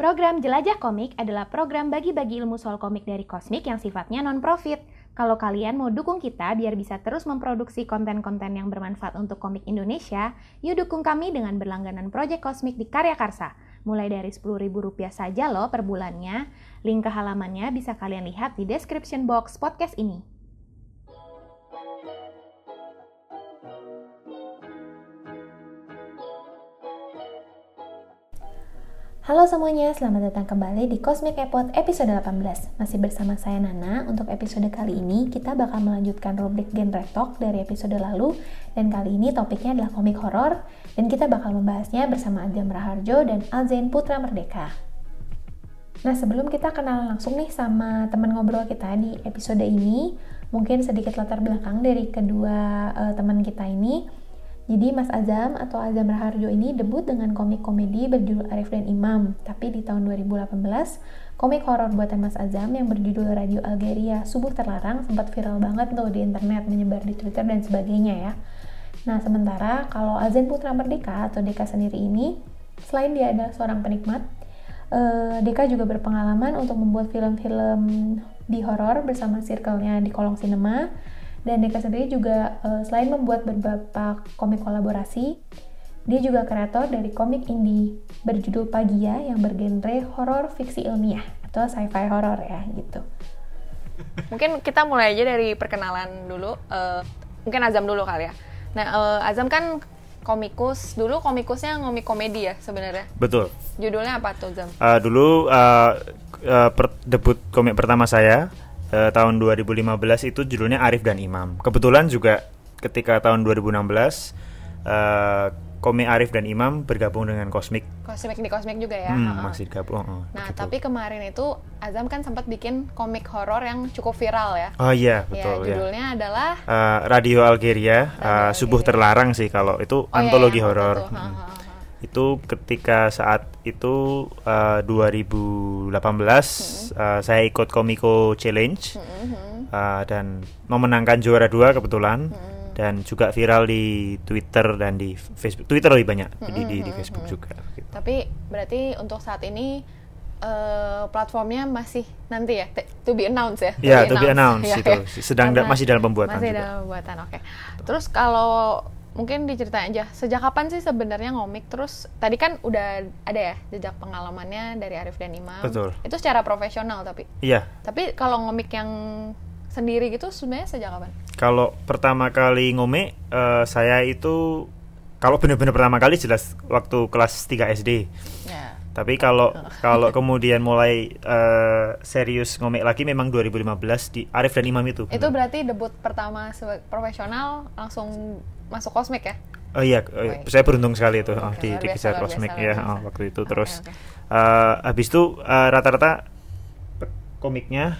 Program Jelajah Komik adalah program bagi-bagi ilmu soal komik dari Cosmic yang sifatnya non-profit. Kalau kalian mau dukung kita biar bisa terus memproduksi konten-konten yang bermanfaat untuk komik Indonesia, yuk dukung kami dengan berlangganan Project Cosmic di Karya Karsa. Mulai dari Rp10.000 saja loh per bulannya. Link ke halamannya bisa kalian lihat di description box podcast ini. Halo semuanya, selamat datang kembali di Cosmic Epot episode 18. Masih bersama saya Nana. Untuk episode kali ini, kita bakal melanjutkan rubrik genre talk dari episode lalu. Dan kali ini topiknya adalah komik horor. Dan kita bakal membahasnya bersama Azam Raharjo dan Alzain Putra Merdeka. Nah, sebelum kita kenal langsung nih sama teman ngobrol kita di episode ini, mungkin sedikit latar belakang dari kedua teman kita ini. Jadi Mas Azam atau Azam Raharjo ini debut dengan komik komedi berjudul Arif dan Imam. Tapi di tahun 2018, komik horor buatan Mas Azam yang berjudul Radio Algeria Subuh Terlarang sempat viral banget tuh di internet, menyebar di Twitter dan sebagainya ya. Nah, sementara kalau Alzain Putra Merdeka atau Deka sendiri ini, selain dia adalah seorang penikmat, Deka juga berpengalaman untuk membuat film-film di horor bersama circle-nya di Kolong Cinema. Dan Deka sendiri juga selain membuat beberapa komik kolaborasi, dia juga kreator dari komik indie berjudul Pagia yang bergenre horor fiksi ilmiah atau sci-fi horor ya gitu. Mungkin kita mulai aja dari perkenalan dulu. Mungkin Azam dulu kali ya. Nah, Azam kan komikusnya komik komedi ya sebenarnya. Betul. Judulnya apa tuh, Azam? Dulu debut komik pertama saya tahun 2015 itu judulnya Arif dan Imam. Kebetulan juga ketika tahun 2016 komik Arif dan Imam bergabung dengan Cosmic Di Cosmic juga ya. Masih gabung. Nah, begitu. Tapi kemarin itu Azam kan sempat bikin komik horor yang cukup viral ya. Oh iya, betul ya. Judulnya adalah Radio Algeria, Subuh Terlarang sih kalau itu antologi horor. Itu ketika saat itu 2018 saya ikut Komiko Challenge dan memenangkan juara 2 kebetulan. Dan juga viral di Twitter dan di Facebook. Twitter lebih banyak di Facebook juga gitu. Tapi berarti untuk saat ini platformnya masih nanti ya, to be announced ya? Ya, to be announced itu. Masih dalam pembuatan masih juga. Dalam pembuatan, oke. Terus kalau mungkin diceritain aja, sejak kapan sih sebenarnya ngomik? Terus tadi kan udah ada ya jejak pengalamannya dari Arif dan Imam. Betul. Itu secara profesional tapi. Iya. Tapi kalau ngomik yang sendiri gitu sebenarnya sejak kapan? Kalau pertama kali ngomik saya itu kalau benar-benar pertama kali jelas waktu kelas 3 SD. Ya. Tapi kalau kemudian mulai serius ngomik lagi memang 2015 di Arif dan Imam itu. Itu berarti debut pertama sebagai profesional langsung masuk Cosmic ya? Oh iya, saya beruntung sekali itu dikejar Cosmic ya waktu itu. Terus habis itu rata-rata komiknya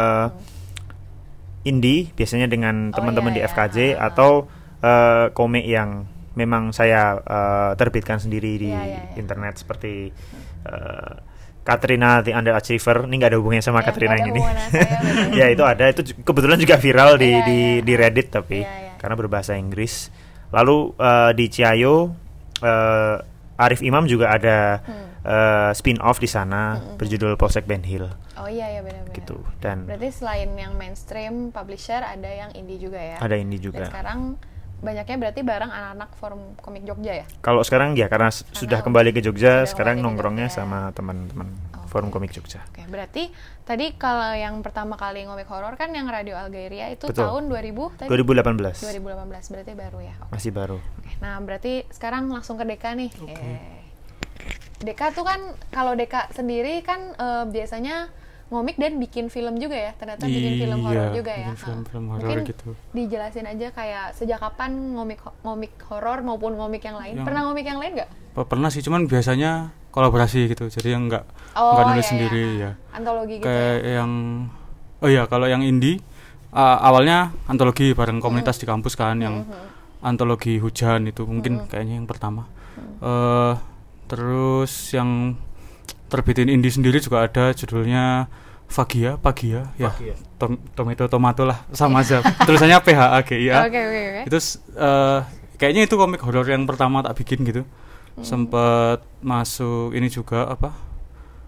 indie biasanya dengan teman-teman di FKJ atau komik yang memang saya terbitkan sendiri di internet seperti Katrina The Underachiever. Ini nggak ada hubungannya sama Katrina yang ini. Ya itu ada, itu kebetulan juga viral di Reddit tapi karena berbahasa Inggris. Lalu di Ciayo Arif Imam juga ada spin-off di sana berjudul Polsek Ben Hill. Oh iya benar-benar. Gitu. Dan berarti selain yang mainstream publisher ada yang indie juga ya? Ada indie juga. Dan sekarang banyaknya berarti bareng anak-anak forum komik Jogja ya? Kalau sekarang ya karena sudah kembali ke Jogja, sekarang nongkrongnya sama teman-teman forum komik Jogja. Oke, berarti tadi kalau yang pertama kali ngomik horor kan yang Radio Algeria itu Betul. tahun 2000 tadi? 2018 berarti baru ya? Okay. Masih baru. Oke, nah berarti sekarang langsung ke Deka nih. Deka tuh kan, kalau Deka sendiri kan biasanya ngomik dan bikin film juga ya, ternyata bikin film horor juga ya. Film horor mungkin gitu. Dijelasin aja kayak sejak kapan ngomik horor maupun ngomik yang lain. Pernah ngomik yang lain nggak? Pernah sih, cuman biasanya kolaborasi gitu, jadi yang nggak nulis sendiri ya. Antologi gitu. Kayak yang kalau yang indie awalnya antologi bareng komunitas di kampus kan, yang antologi hujan itu mungkin kayaknya yang pertama. Terus yang terbitin indie sendiri juga ada, judulnya Pagia ya. Tomato lah sama aja. Tulisannya PHAGIA. Oke. Itu kayaknya itu komik horor yang pertama tak bikin gitu. Sempet masuk ini juga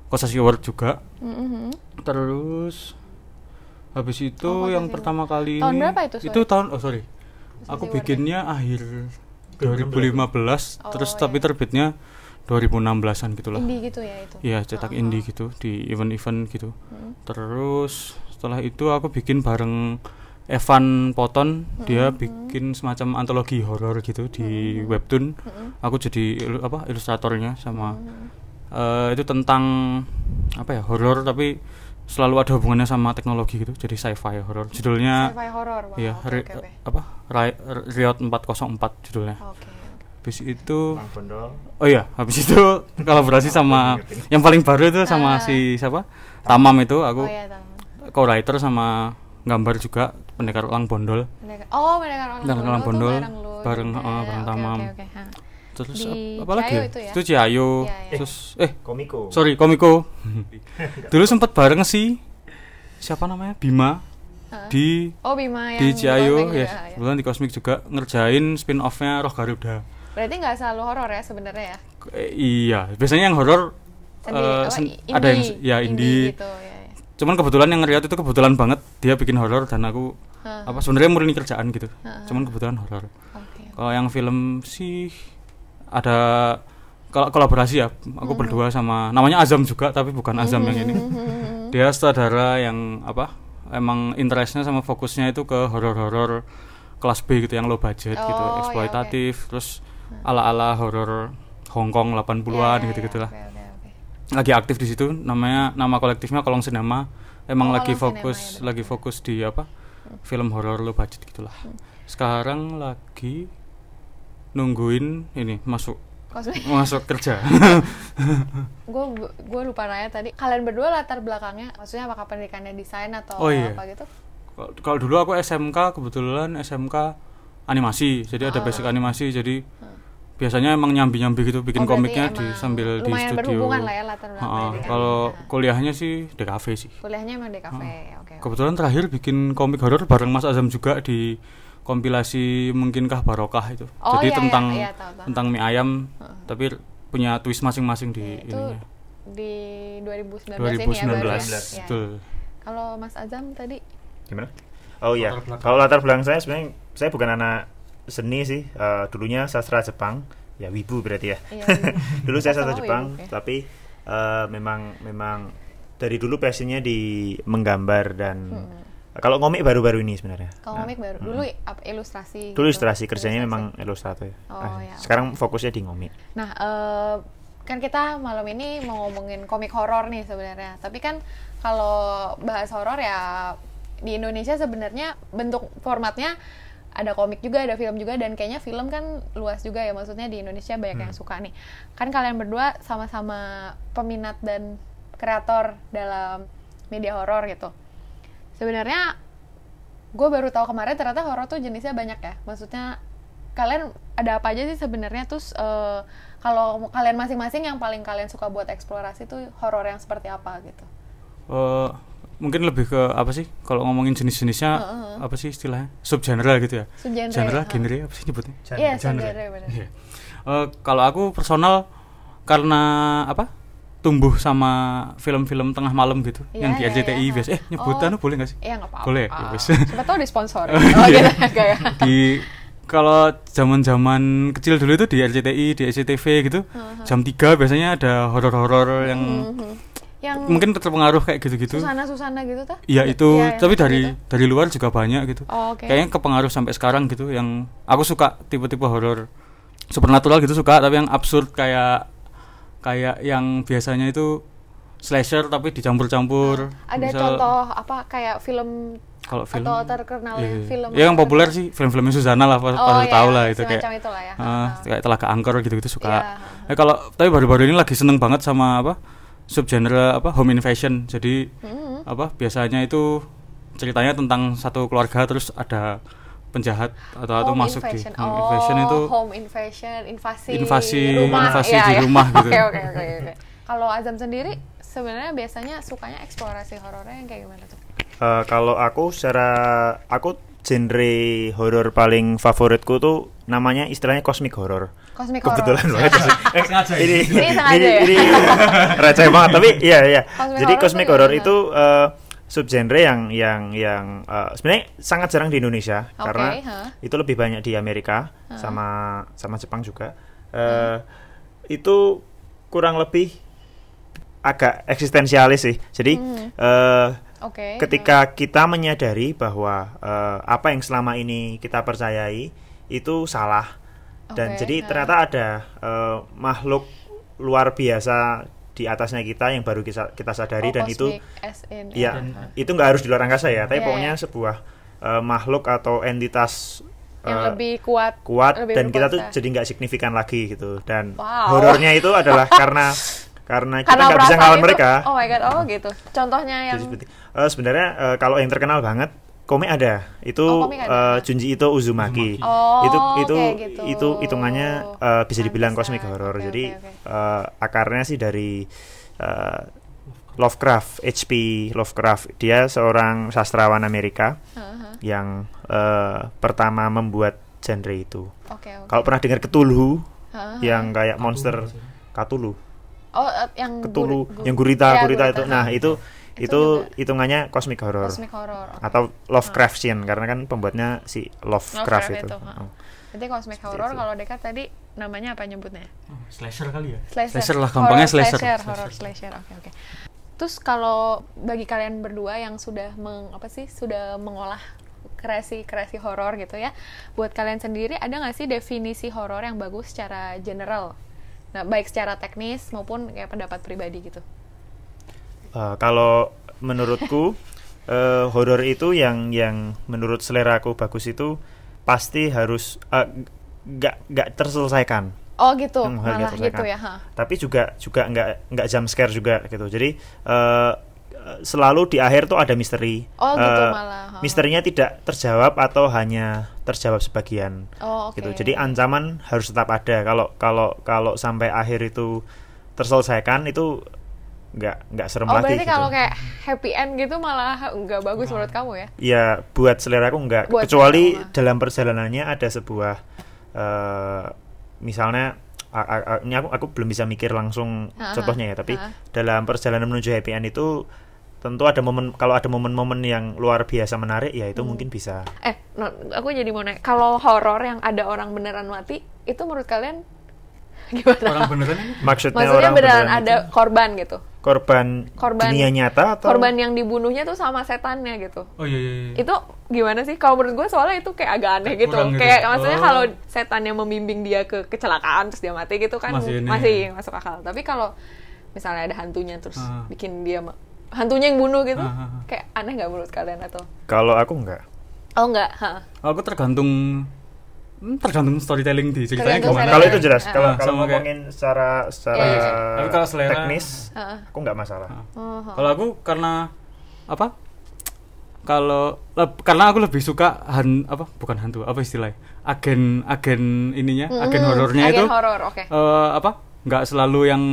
Kosasi Award juga. Terus habis itu yang pertama kali tahun ini berapa itu? Itu tahun aku bikinnya akhir 2015 terus tapi terbitnya 2016-an gitulah. Indie gitu ya itu. Iya, cetak indie gitu di event-event gitu. Terus setelah itu aku bikin bareng Evan Poton, dia bikin semacam antologi horor gitu di webtoon. Aku jadi ilustratornya sama itu tentang horor tapi selalu ada hubungannya sama teknologi gitu. Jadi sci-fi horor. Judulnya sci-fi horor. Wow, iya, Riot 404 judulnya. Habis itu habis itu kolaborasi sama yang paling baru itu sama si siapa? Tamam itu aku co-writer sama gambar juga Pendekar Elang Bondol. Pendekar Elang Bondol bareng Tamam. Terus apa lagi? Itu Ciayo. Terus Komiko. Dulu sempat bareng sih siapa namanya? Bima. Bima di Ciayo ya. Kebetulan di Cosmic juga ngerjain spin-off-nya Roh Garuda. Berarti nggak selalu horor ya sebenarnya ya? Iya, biasanya yang horor ada yang indie gitu, ya. Cuman kebetulan yang ngeliat itu kebetulan banget dia bikin horor dan aku sebenarnya murni kerjaan gitu. Cuman kebetulan horor. Kalau yang film sih ada kolaborasi ya. Aku berdua sama namanya Azam juga tapi bukan Azam yang ini. Dia sutradara yang emang interestnya sama fokusnya itu ke horor-horor kelas B gitu yang low budget gitu, eksploitatif, terus ala-ala horor Hongkong 80-an gitu-gitulah. Lagi aktif di situ, nama kolektifnya Kolong Sinema. Emang lagi fokus di film horor low budget gitulah. Sekarang lagi nungguin ini masuk kerja. Gue lupa nanya tadi. Kalian berdua latar belakangnya, maksudnya apakah pendidikannya desain atau apa gitu? Kalau dulu aku SMK kebetulan SMK animasi, jadi ada basic animasi, jadi biasanya emang nyambi gitu bikin komiknya sambil di studio. Lumayan berhubungan lah ya latar belakang. Kalau kuliahnya sih DKV sih. Kuliahnya emang DKV. Kebetulan terakhir bikin komik horor bareng Mas Azam juga di kompilasi Mungkinkah Barokah itu. Jadi tentang mie ayam tapi punya twist masing-masing di ininya. Di 2019 ini ya. Betul. Kalau Mas Azam tadi gimana? Kalau latar belakang saya sebenarnya saya bukan anak seni sih, dulunya sastra Jepang, ya wibu berarti ya. Dulu saya sastra Jepang, tapi memang dari dulu passionnya di menggambar dan kalau ngomik baru-baru ini sebenarnya. Kalau ngomik baru, dulu ilustrasi. Dulu ilustrasi kerjanya memang ilustrator. Sekarang fokusnya di ngomik. Nah, kan kita malam ini mau ngomongin komik horor nih sebenarnya. Tapi kan kalau bahas horor ya di Indonesia sebenarnya bentuk formatnya ada komik juga, ada film juga, dan kayaknya film kan luas juga ya, maksudnya di Indonesia banyak yang suka nih. Kan kalian berdua sama-sama peminat dan kreator dalam media horor gitu. Sebenarnya gue baru tahu kemarin ternyata horor tuh jenisnya banyak ya. Maksudnya kalian ada apa aja sih sebenarnya, terus kalau kalian masing-masing yang paling kalian suka buat eksplorasi tuh horor yang seperti apa gitu? Mungkin lebih ke apa sih kalau ngomongin jenis-jenisnya apa sih istilahnya, subgenre gitu ya, genre apa sih nyebutnya? Iya, genre benar. Kalau aku personal karena tumbuh sama film-film tengah malam gitu yang di RCTI biasa nyebutan boleh nggak sih? Iya, nggak apa-apa. Boleh. Siapa tahu disponsor. Kalau zaman-zaman kecil dulu itu di RCTI, di SCTV gitu, jam 3 biasanya ada horor-horor yang mungkin terpengaruh kayak gitu-gitu. Susana gitu tuh? Iya itu, tapi dari luar juga banyak gitu. Kayaknya kepengaruh sampai sekarang gitu. Yang aku suka tipe-tipe horor supernatural gitu suka, tapi yang absurd kayak yang biasanya itu slasher tapi dicampur-campur. Ada contoh kayak film? Kalau film atau terkenal film? Ya yang populer sih film-filmnya Susana lah, pasti tahu lah itu kayak. Itulah ya. Kayak Telaga Angkor gitu-gitu suka. Kalau tapi baru-baru ini lagi seneng banget sama subgenre home invasion. Jadi biasanya itu ceritanya tentang satu keluarga terus ada penjahat atau masuk invasion. Di invasion itu home invasion, invasi di rumah gitu. Oke. Kalau Azam sendiri sebenarnya biasanya sukanya eksplorasi horornya yang kayak gimana tuh? Kalau aku genre horor paling favoritku tuh namanya istilahnya cosmic horror. Cosmic kebetulan horror. banget sih. Sengaja ya? Ini sengaja ya? Ini receh banget tapi iya. Jadi horror cosmic tuh horror gimana? itu subgenre yang sebenarnya sangat jarang di Indonesia karena itu lebih banyak di Amerika sama Jepang juga. Itu kurang lebih agak eksistensialis sih. Jadi ketika kita menyadari bahwa apa yang selama ini kita percayai itu salah dan jadi ternyata ada makhluk luar biasa di atasnya kita yang baru kita sadari dan itu ya itu nggak harus di luar angkasa ya, tapi pokoknya sebuah makhluk atau entitas yang lebih kuat lebih dan kita tuh berkuasa. jadi nggak signifikan lagi gitu dan horornya itu adalah karena kita nggak bisa ngelawan mereka. Oh my god, gitu. Contohnya yang sebenarnya kalau yang terkenal banget komik ada itu Junji Ito Uzumaki. Itu hitungannya bisa dibilang cosmic horror. Jadi akarnya sih dari Lovecraft, H.P. Lovecraft. Dia seorang sastrawan Amerika yang pertama membuat genre itu. Kalau pernah dengar Cthulhu yang kayak monster Cthulhu. Yang Cthulhu, yang gurita itu. Nah, itu hitungannya cosmic horror. Atau Lovecraftian karena kan pembuatnya si Lovecraft itu. Jadi cosmic horror kalau dekat tadi namanya apa nyebutnya? Slasher kali ya. Slasher lah, gampangnya slasher. Horror slasher. Oke. Terus kalau bagi kalian berdua yang sudah sudah mengolah kreasi horor gitu ya, buat kalian sendiri ada nggak sih definisi horor yang bagus secara general? Nah, baik secara teknis maupun kayak pendapat pribadi gitu. Kalau menurutku horor itu yang menurut selera aku bagus itu pasti harus nggak terselesaikan. Oh gitu, malah gitu ya. Tapi juga nggak jump scare juga gitu. Jadi selalu di akhir tuh ada misteri. Gitu malah. Misterinya tidak terjawab atau hanya terjawab sebagian. Gitu. Jadi ancaman harus tetap ada. Kalau sampai akhir itu terselesaikan itu nggak serem lagi. Berarti gitu. kalau kayak happy end gitu malah nggak bagus menurut kamu ya? Ya buat selera aku nggak. Kecuali dalam perjalanannya ada sebuah misalnya ini aku belum bisa mikir langsung contohnya ya, tapi dalam perjalanan menuju happy end itu tentu ada kalau ada momen-momen yang luar biasa menarik ya itu mungkin bisa. Aku jadi mau nanya, kalau horor yang ada orang beneran mati itu menurut kalian gimana? Orang beneran ini? Maksudnya orang beneran ada itu korban gitu. Korban dunia nyata atau korban yang dibunuhnya tuh sama setannya gitu. Oh iya. Itu gimana sih? Kalau menurut gue soalnya itu kayak agak aneh gitu. Kayak maksudnya kalau setannya membimbing dia ke kecelakaan terus dia mati gitu kan masih masuk akal. Tapi kalau misalnya ada hantunya terus bikin dia hantunya yang bunuh gitu, kayak aneh nggak menurut kalian atau? Kalau aku enggak. Oh enggak. Aku tergantung storytelling di ceritanya gimana. Kalau itu jelas. Kalau ngomongin secara tapi kalau selera teknis, aku nggak masalah. Kalau aku karena apa? Karena aku lebih suka bukan hantu, apa istilahnya? Agen ininya, agen horornya itu. Agen horor, oke. Nggak selalu yang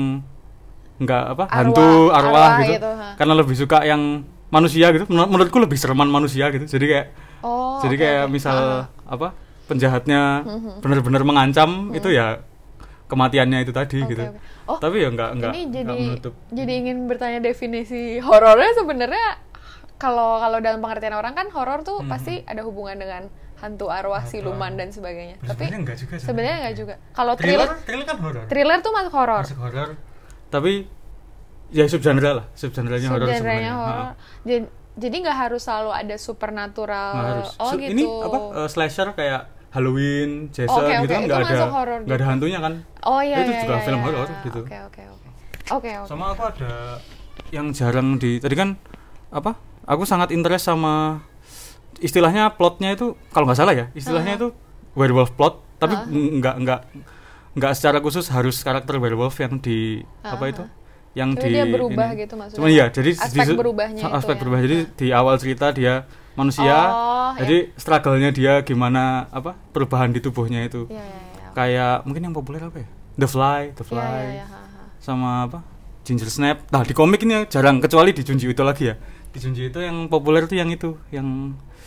hantu arwah gitu. Karena lebih suka yang manusia gitu. Menurutku lebih sereman manusia gitu. Jadi kayak misal penjahatnya benar-benar mengancam itu ya kematiannya itu tadi gitu. Tapi ya nggak menutup. Jadi ingin bertanya definisi horornya sebenarnya kalau dalam pengertian orang kan horor tuh pasti ada hubungan dengan hantu arwah, siluman dan sebagainya. Tapi sebenarnya enggak juga. Kalau thriller kan horor. Thriller tuh masuk horor. Tapi ya subgenrenya horor sebenarnya. Jadi nggak harus selalu ada supernatural. Harus. Gitu. Ini slasher kayak Halloween, Jason gitu kan nggak ada hantunya kan? Oh iya. Itu juga film horor gitu. Oke. Sama aku ada yang jarang tadi kan aku sangat interest sama istilahnya plotnya itu kalau nggak salah ya istilahnya itu werewolf plot tapi nggak secara khusus harus karakter werewolf yang yang dia berubah ini. Gitu maksudnya. Cuman ya jadi aspek berubahnya berubah. Jadi di awal cerita dia manusia, jadi struggle-nya dia gimana perubahan di tubuhnya itu. Kayak mungkin yang populer apa ya? The Fly. Sama Ginger Snap. Nah, di komik ini jarang kecuali di Junji Ito lagi ya. Di Junji Ito yang populer tuh yang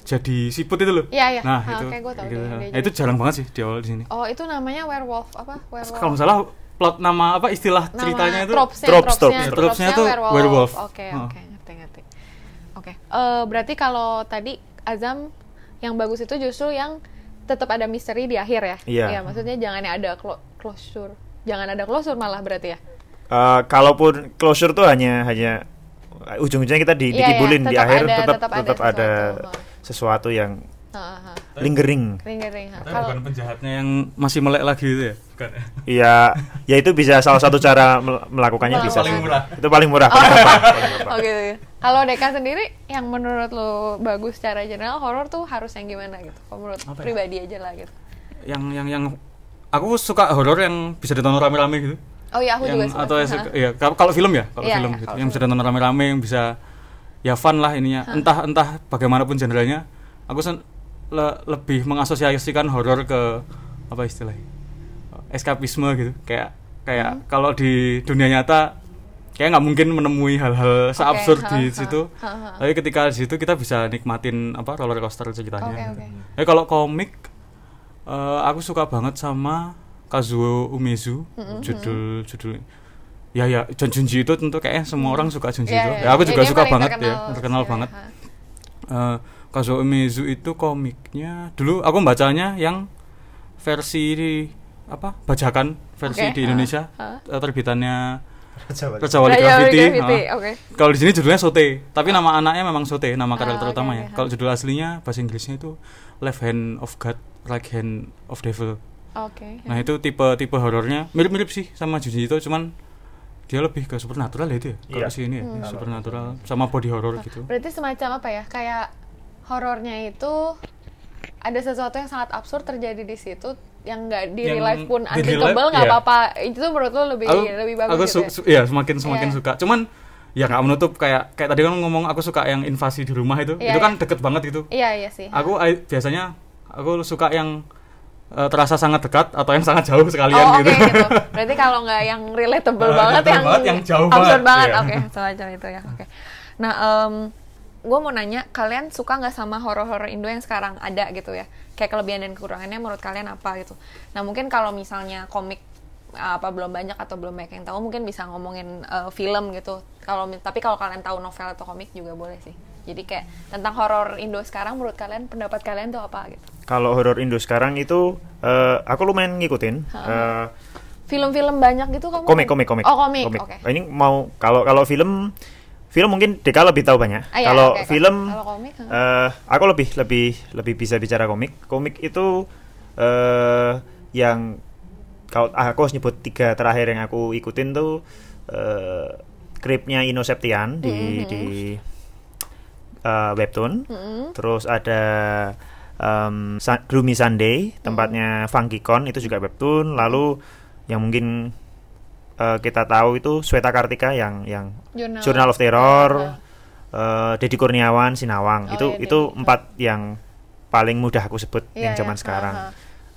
jadi siput itu loh. Iya. Nah, itu gue tahu gitu. Itu jarang banget sih di awal di sini. Oh, itu namanya werewolf apa? Werewolf. Kalau nggak salah plot nama apa istilah nama ceritanya itu tropesnya itu werewolf. Oke, ngerti. Oke. Berarti kalau tadi Azam yang bagus itu justru yang tetap ada misteri di akhir ya? Iya, maksudnya jangan ada closure. Jangan ada closure malah berarti ya? Kalaupun closure tuh hanya ujung-ujungnya kita dikibulin di akhir tetap ada sesuatu yang lingering. Kalau bukan penjahatnya yang masih melek lagi itu ya? Bukan. Iya, ya itu bisa salah satu cara melakukannya bisa. Paling murah. Itu paling murah. Oke. Kalau Deka sendiri yang menurut lo bagus secara general horor tuh harus yang gimana gitu? Kalau menurut pribadi aja lah gitu. Yang aku suka horor yang bisa ditonton rame-rame gitu. Oh iya, aku juga suka. Atau kalau film ya, film gitu. Yang bisa ditonton rame-rame, yang bisa ya fun lah ininya. Entah bagaimanapun genrenya. Aku lebih mengasosiasikan horor ke apa istilahnya? Eskapisme gitu. Kayak kalau di dunia nyata kayak nggak mungkin menemui hal-hal seabsurd di situ. Tapi ketika di situ kita bisa nikmatin roller coaster ceritanya. Kalau komik aku suka banget sama Kazuo Umezu, judul ya Junji itu tentu kayaknya semua orang suka Junji itu. Ya aku juga suka banget terkenal banget. Kazuo Umezu itu komiknya dulu aku bacanya yang versi bajakan versi di Indonesia terbitannya Raja Wali Graffiti. Kalau di sini judulnya Sote, tapi nama anaknya memang Sote, nama karakter utamanya. Kalau judul aslinya bahasa Inggrisnya itu Left Hand of God, Right Hand of Devil. Nah itu tipe horornya mirip-mirip sih sama Junji itu, cuman dia lebih ke supernatural ya itu ya. Kalau sini ya supernatural sama body horror gitu. Berarti semacam apa ya? Kayak horornya itu ada sesuatu yang sangat absurd terjadi di situ yang nggak di real life pun unthinkable nggak apa-apa. Itu menurut lo lebih bagus gitu ya? Semakin suka. Cuman ya nggak menutup kayak tadi kan ngomong aku suka yang invasi di rumah itu kan deket banget gitu. Iya sih. Biasanya aku suka yang terasa sangat dekat atau yang sangat jauh sekalian gitu. Gitu. Berarti kalau nggak yang relatable banget, yang jauh absurd banget. Semacam itu ya. Nah, gue mau nanya, kalian suka nggak sama horor-horor Indo yang sekarang ada gitu ya? Kayak kelebihan dan kekurangannya menurut kalian apa gitu? Nah, mungkin kalau misalnya komik belum banyak atau belum banyak yang tahu, mungkin bisa ngomongin film gitu. Tapi kalau kalian tahu novel atau komik juga boleh sih. Jadi kayak tentang horor Indo sekarang, menurut kalian, pendapat kalian tuh apa gitu? Kalau horor Indo sekarang itu aku lumayan ngikutin. Film-film banyak gitu kamu? Komik. Oh, komik. Okay. Ini mau kalau film mungkin Deka lebih tahu banyak. Kalau film, kalau komik, aku lebih bisa bicara komik. Komik itu yang kalau aku harus nyebut 3 terakhir yang aku ikutin tuh Crypt-nya Ino Septian di webtoon. Terus ada Gloomy Sunday tempatnya Funky Con, itu juga webtoon. Lalu yang mungkin kita tahu itu Sweta Kartika yang Journal of Terror, Deddy Kurniawan Sinawang. Itu 4 yang paling mudah aku sebut yang zaman sekarang.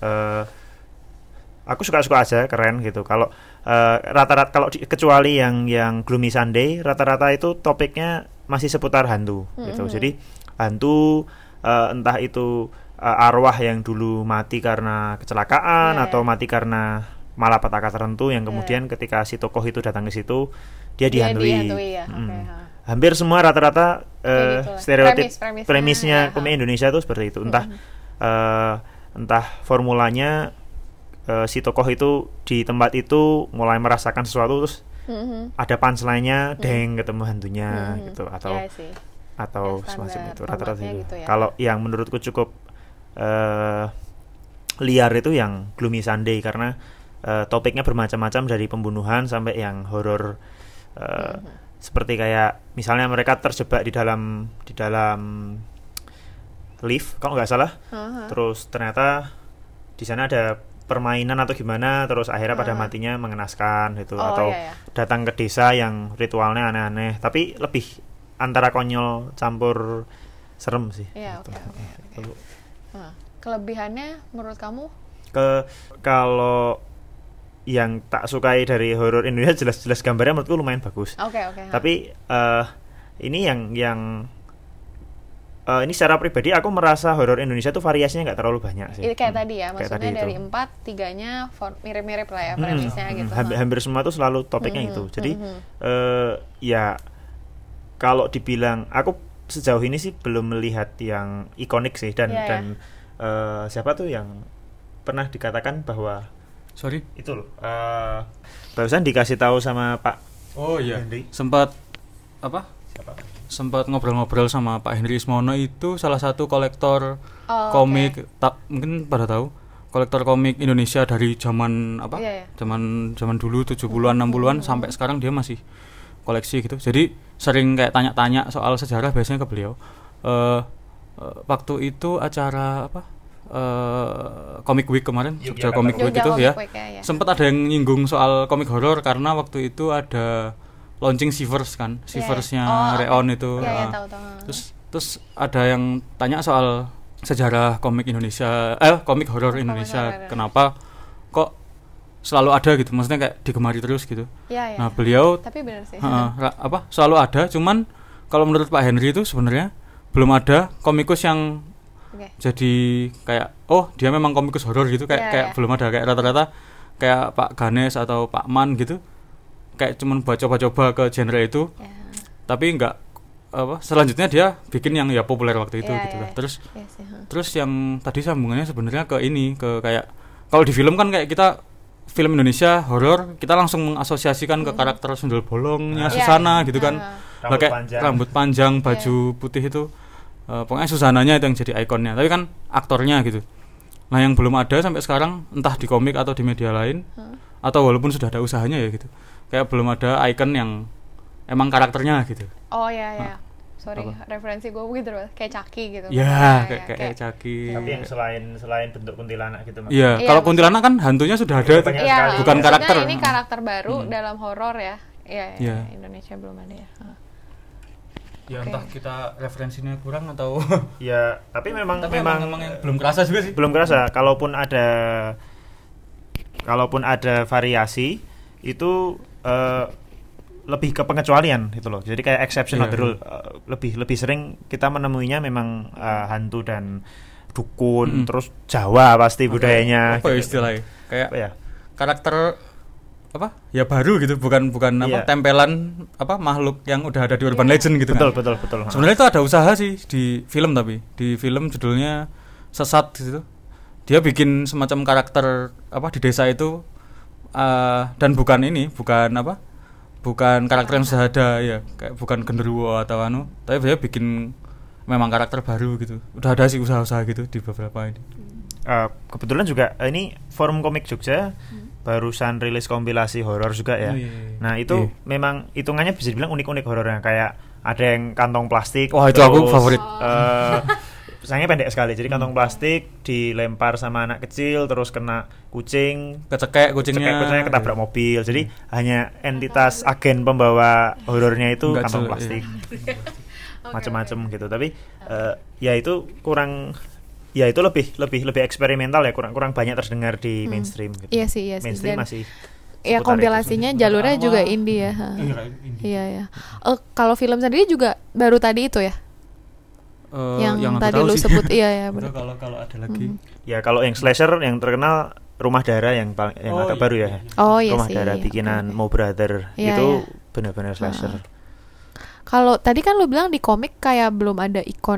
Aku suka-suka aja, keren gitu. Kalau rata-rata kecuali yang Gloomy Sunday, rata-rata itu topiknya masih seputar hantu gitu. Jadi hantu entah itu arwah yang dulu mati karena kecelakaan atau mati karena malapetaka tertentu yang kemudian ketika si tokoh itu datang ke situ dia dihantui. Hampir semua rata-rata stereotip premisnya komik Indonesia itu seperti itu. Entah formulanya si tokoh itu di tempat itu mulai merasakan sesuatu terus ada punchline-nya ketemu hantunya gitu atau semacam itu rata-rata gitu. Kalau yang menurutku cukup liar itu yang Gloomy Sunday karena topiknya bermacam-macam dari pembunuhan sampai yang horor seperti kayak misalnya mereka terjebak di dalam lift kalau nggak salah. Terus ternyata di sana ada permainan atau gimana, terus akhirnya pada matinya mengenaskan gitu. Atau datang ke desa yang ritualnya aneh-aneh tapi lebih antara konyol campur serem sih gitu. Kelebihannya menurut kamu? Kalau yang tak sukai dari horor Indonesia jelas-jelas gambarnya menurutku lumayan bagus. Tapi ini yang ini secara pribadi aku merasa horor Indonesia tuh variasinya nggak terlalu banyak sih. Kayak tadi ya, maksudnya dari itu. 4, 3-nya mirip-mirip lah ya premisnya gitu. Hampir semua tuh selalu topiknya itu. Jadi ya kalau dibilang aku sejauh ini sih belum melihat yang ikonik sih dan siapa tuh yang pernah dikatakan bahwa itu loh. Barusan dikasih tahu sama Pak Henry. Sempat ngobrol-ngobrol sama Pak Henry Ismono, itu salah satu kolektor komik, mungkin pada tahu, kolektor komik Indonesia dari zaman zaman dulu 70-an 60-an sampai sekarang dia masih koleksi gitu. Jadi sering kayak tanya-tanya soal sejarah biasanya ke beliau. Waktu itu acara Comic Week kemarin, Jogja Comic Week itu ya. Sempat ada yang nyinggung soal komik horor karena waktu itu ada launching Shivers kan, Shiversnya Reon itu. Tahu. Terus ada yang tanya soal sejarah komik Indonesia, komik horor Indonesia, kenapa kok selalu ada gitu, maksudnya kayak digemari terus gitu. Nah beliau, tapi benar sih. Selalu ada, cuman kalau menurut Pak Henry itu sebenarnya belum ada komikus yang jadi kayak dia memang komikus horor gitu, kayak belum ada, kayak rata-rata kayak Pak Ganes atau Pak Man gitu. Kayak cuman coba-coba ke genre itu, tapi enggak selanjutnya dia bikin yang ya populer waktu itu gitu lah. Terus yang tadi sambungannya sebenarnya ke ini, ke kayak kalau di film kan kayak kita film Indonesia horor kita langsung mengasosiasikan ke karakter sundel bolongnya Susana gitu kan, rambut panjang baju putih itu, pokoknya Susananya itu yang jadi ikonnya, tapi kan aktornya gitu. Nah yang belum ada sampai sekarang, entah di komik atau di media lain, atau walaupun sudah ada usahanya ya gitu, kayak belum ada icon yang emang karakternya gitu. Sorry, referensi gue begitu loh, kayak Chucky gitu. Kayak Chucky. Tapi yang selain bentuk kuntilanak gitu. Iya, kalau kuntilanak kan hantunya sudah ada, bukan karakter. Ini karakter baru dalam horor ya. Iya, Indonesia belum ada ya. Entah kita referensinya kurang atau ya, tapi memang belum kerasa juga sih. Belum kerasa. Kalaupun ada variasi itu lebih ke pengecualian gitu loh. Jadi kayak exception not the rule. Lebih sering kita menemuinya memang hantu dan dukun, terus Jawa pasti budayanya. Apa gitu. Istilahnya? Kayak karakter ya baru gitu, bukan tempelan makhluk yang udah ada di urban legend gitu. Betul. Sebenarnya itu ada usaha sih di film, tapi di film judulnya Sesat gitu. Dia bikin semacam karakter di desa itu, dan bukan karakter yang sudah ada ya, kayak bukan genderuwo atau tapi dia bikin memang karakter baru gitu. Udah ada sih usaha-usaha gitu di beberapa ini. Kebetulan juga ini Forum Komik Jogja barusan rilis kompilasi horor juga ya. Nah itu memang hitungannya bisa dibilang unik-unik horornya, kayak ada yang kantong plastik. Wah itu aku favorit. Sayangnya pendek sekali, jadi kantong plastik dilempar sama anak kecil, terus kena kucing, kecekek kucingnya ketabrak mobil. Jadi hanya entitas agen pembawa horornya itu kantong plastik. Macam-macam gitu. Tapi ya itu kurang. Ya itu lebih eksperimental ya, kurang banyak terdengar di mainstream gitu. Iya sih. Mainstream masih kompilasinya jalurnya juga indie ya. Iya. Kalau film sendiri juga baru tadi itu ya. Yang tadi lu sebut iya ya benar. Kalau ada lagi. Ya kalau yang slasher yang terkenal Rumah Darah yang agak baru ya. Rumah Darah bikinan Mo Brother itu benar-benar slasher. Kalau tadi kan lu bilang di komik kayak belum ada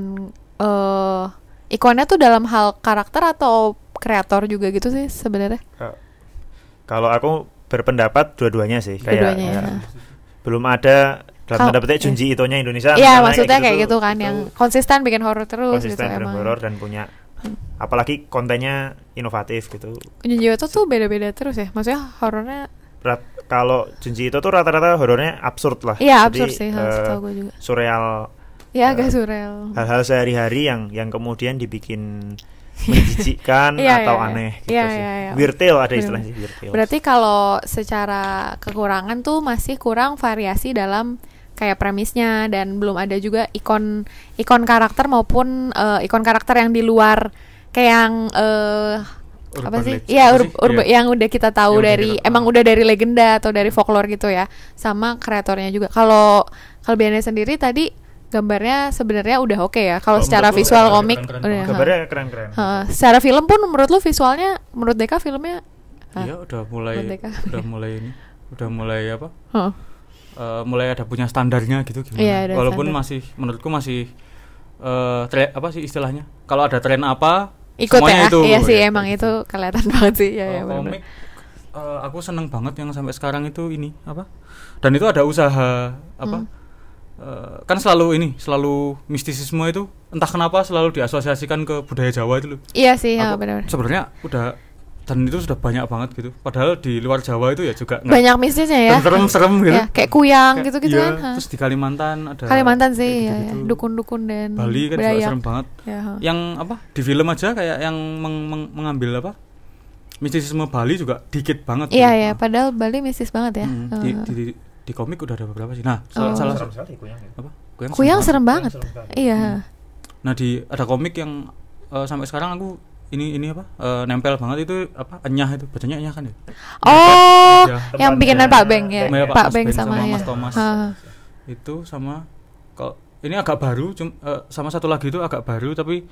ikonnya tuh dalam hal karakter atau kreator juga gitu sih sebenarnya. Kalau aku berpendapat dua-duanya sih, kayak belum ada dalam tanda petik Junji Itonya Indonesia. Iya, maksudnya kayak gitu kan, yang konsisten bikin horor terus gitu emang. Horor dan punya apalagi kontennya inovatif gitu. Junji Ito tuh beda-beda terus ya. Maksudnya horornya kalau Junji Ito tuh rata-rata horornya absurd lah. Iya, absurd sih, setahu gue juga. Surreal. Ya agak surreal. Hal-hal sehari-hari yang kemudian dibikin menjijikkan atau aneh gitu sih. Weird tale ada istilahnya weird tale. Berarti kalau secara kekurangan tuh masih kurang variasi dalam kayak premisnya, dan belum ada juga ikon karakter maupun ikon karakter yang di luar kayak yang apa sih? Iya, yang udah kita tahu dari emang udah dari legenda atau dari folklore gitu ya. Sama kreatornya juga. Kalau Biane sendiri tadi gambarnya sebenarnya udah oke ya. Kalau secara visual komik udah. Gambarnya keren-keren. Secara film pun menurut lu visualnya, menurut Deka filmnya? Iya, udah mulai apa? Mulai ada punya standarnya gitu gimana. Iya, walaupun standar. menurutku masih apa sih istilahnya? Kalau ada tren apa ikut ya. Itu, iya sih emang itu kelihatan banget sih ya. Komik aku seneng banget yang sampai sekarang itu ini apa? Dan itu ada usaha apa? Kan selalu mistisisme itu entah kenapa selalu diasosiasikan ke budaya Jawa itu loh. Iya sih, ya, benar. Sebenarnya udah dan itu sudah banyak banget gitu. Padahal di luar Jawa itu ya juga banyak mistisnya ya. Serem-serem gitu. Ya, kayak kuyang gitu-gitu iya, kan. Terus di Kalimantan ada. Kalimantan sih ya, gitu-gitu. dukun-dukun dan Bali kan juga serem banget. Ya, yang apa? Di film aja kayak yang mengambil apa? Mistisisme Bali juga dikit banget. Iya ya, padahal Bali mistis banget ya. Di komik udah ada beberapa sih. Nah, salah sekali Kuyang ya. Apa? Kuyang serem banget. Iya. Nah, ada komik yang sampai sekarang aku ini apa? Nempel banget itu apa? Enyah itu. Bacanya Enyah kan ya? Oh, yang bikinan Pak Beng ya. Pak Beng sama ya. Mas Thomas. Itu sama kalau ini agak baru sama satu lagi itu agak baru tapi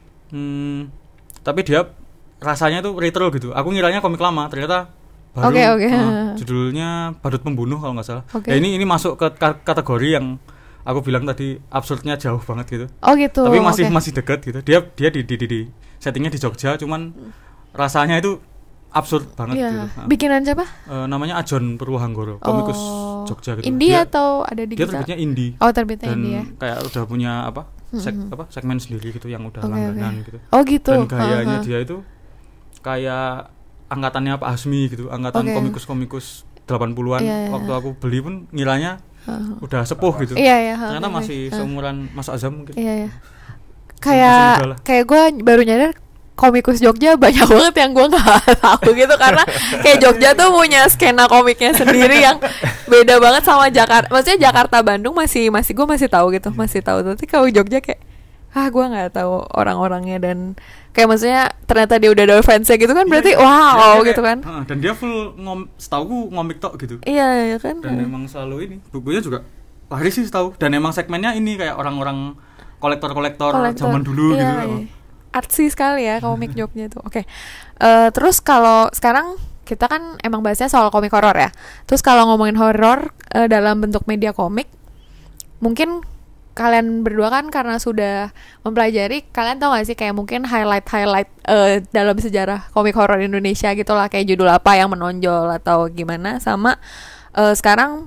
dia rasanya tuh retro gitu. Aku ngiranya komik lama, ternyata baru. Oke. Judulnya Badut Pembunuh kalau nggak salah. Ya ini masuk ke kategori yang aku bilang tadi absurdnya jauh banget gitu. Oh gitu. Tapi masih dekat gitu. Dia di settingnya di Jogja, cuman rasanya itu absurd banget gitu. Bikinan siapa? Namanya Ajon Purwohanggoro, komikus Jogja gitu. Indie atau ada di kita? Dia terbitnya indie. Oh, terbitnya indie ya. Kayak udah punya segmen sendiri gitu yang udah langganan gitu. Oh gitu. Dan gayanya dia itu kayak angkatannya Pak Hasmi gitu, angkatan komikus 80-an. Waktu aku beli pun ngiranya udah sepuh gitu. Ternyata masih seumuran Mas Azam mungkin. Iya. Kayak gue baru nyadar komikus Jogja banyak banget yang gue nggak tahu gitu, karena kayak Jogja tuh punya skena komiknya sendiri yang beda banget sama Jakarta. Maksudnya Jakarta Bandung masih gue masih tahu gitu, masih tahu. Tapi kalau Jogja kayak gue nggak tahu orang-orangnya, dan kayak maksudnya ternyata dia udah ada fansnya gitu kan, berarti wow gitu kan. Dan dia full setauku ngomik tok gitu. Iya kan. Dan emang selalu ini bukunya juga laris sih setahu, dan emang segmennya ini kayak orang-orang kolektor zaman dulu gitu. Artsy sekali ya komik Jogja itu. Oke. Terus kalau sekarang kita kan emang bahasnya soal komik horor ya. Terus kalau ngomongin horor dalam bentuk media komik, mungkin kalian berdua kan karena sudah mempelajari, kalian tau gak sih kayak mungkin highlight dalam sejarah komik horor Indonesia gitu lah, kayak judul apa yang menonjol atau gimana, sama sekarang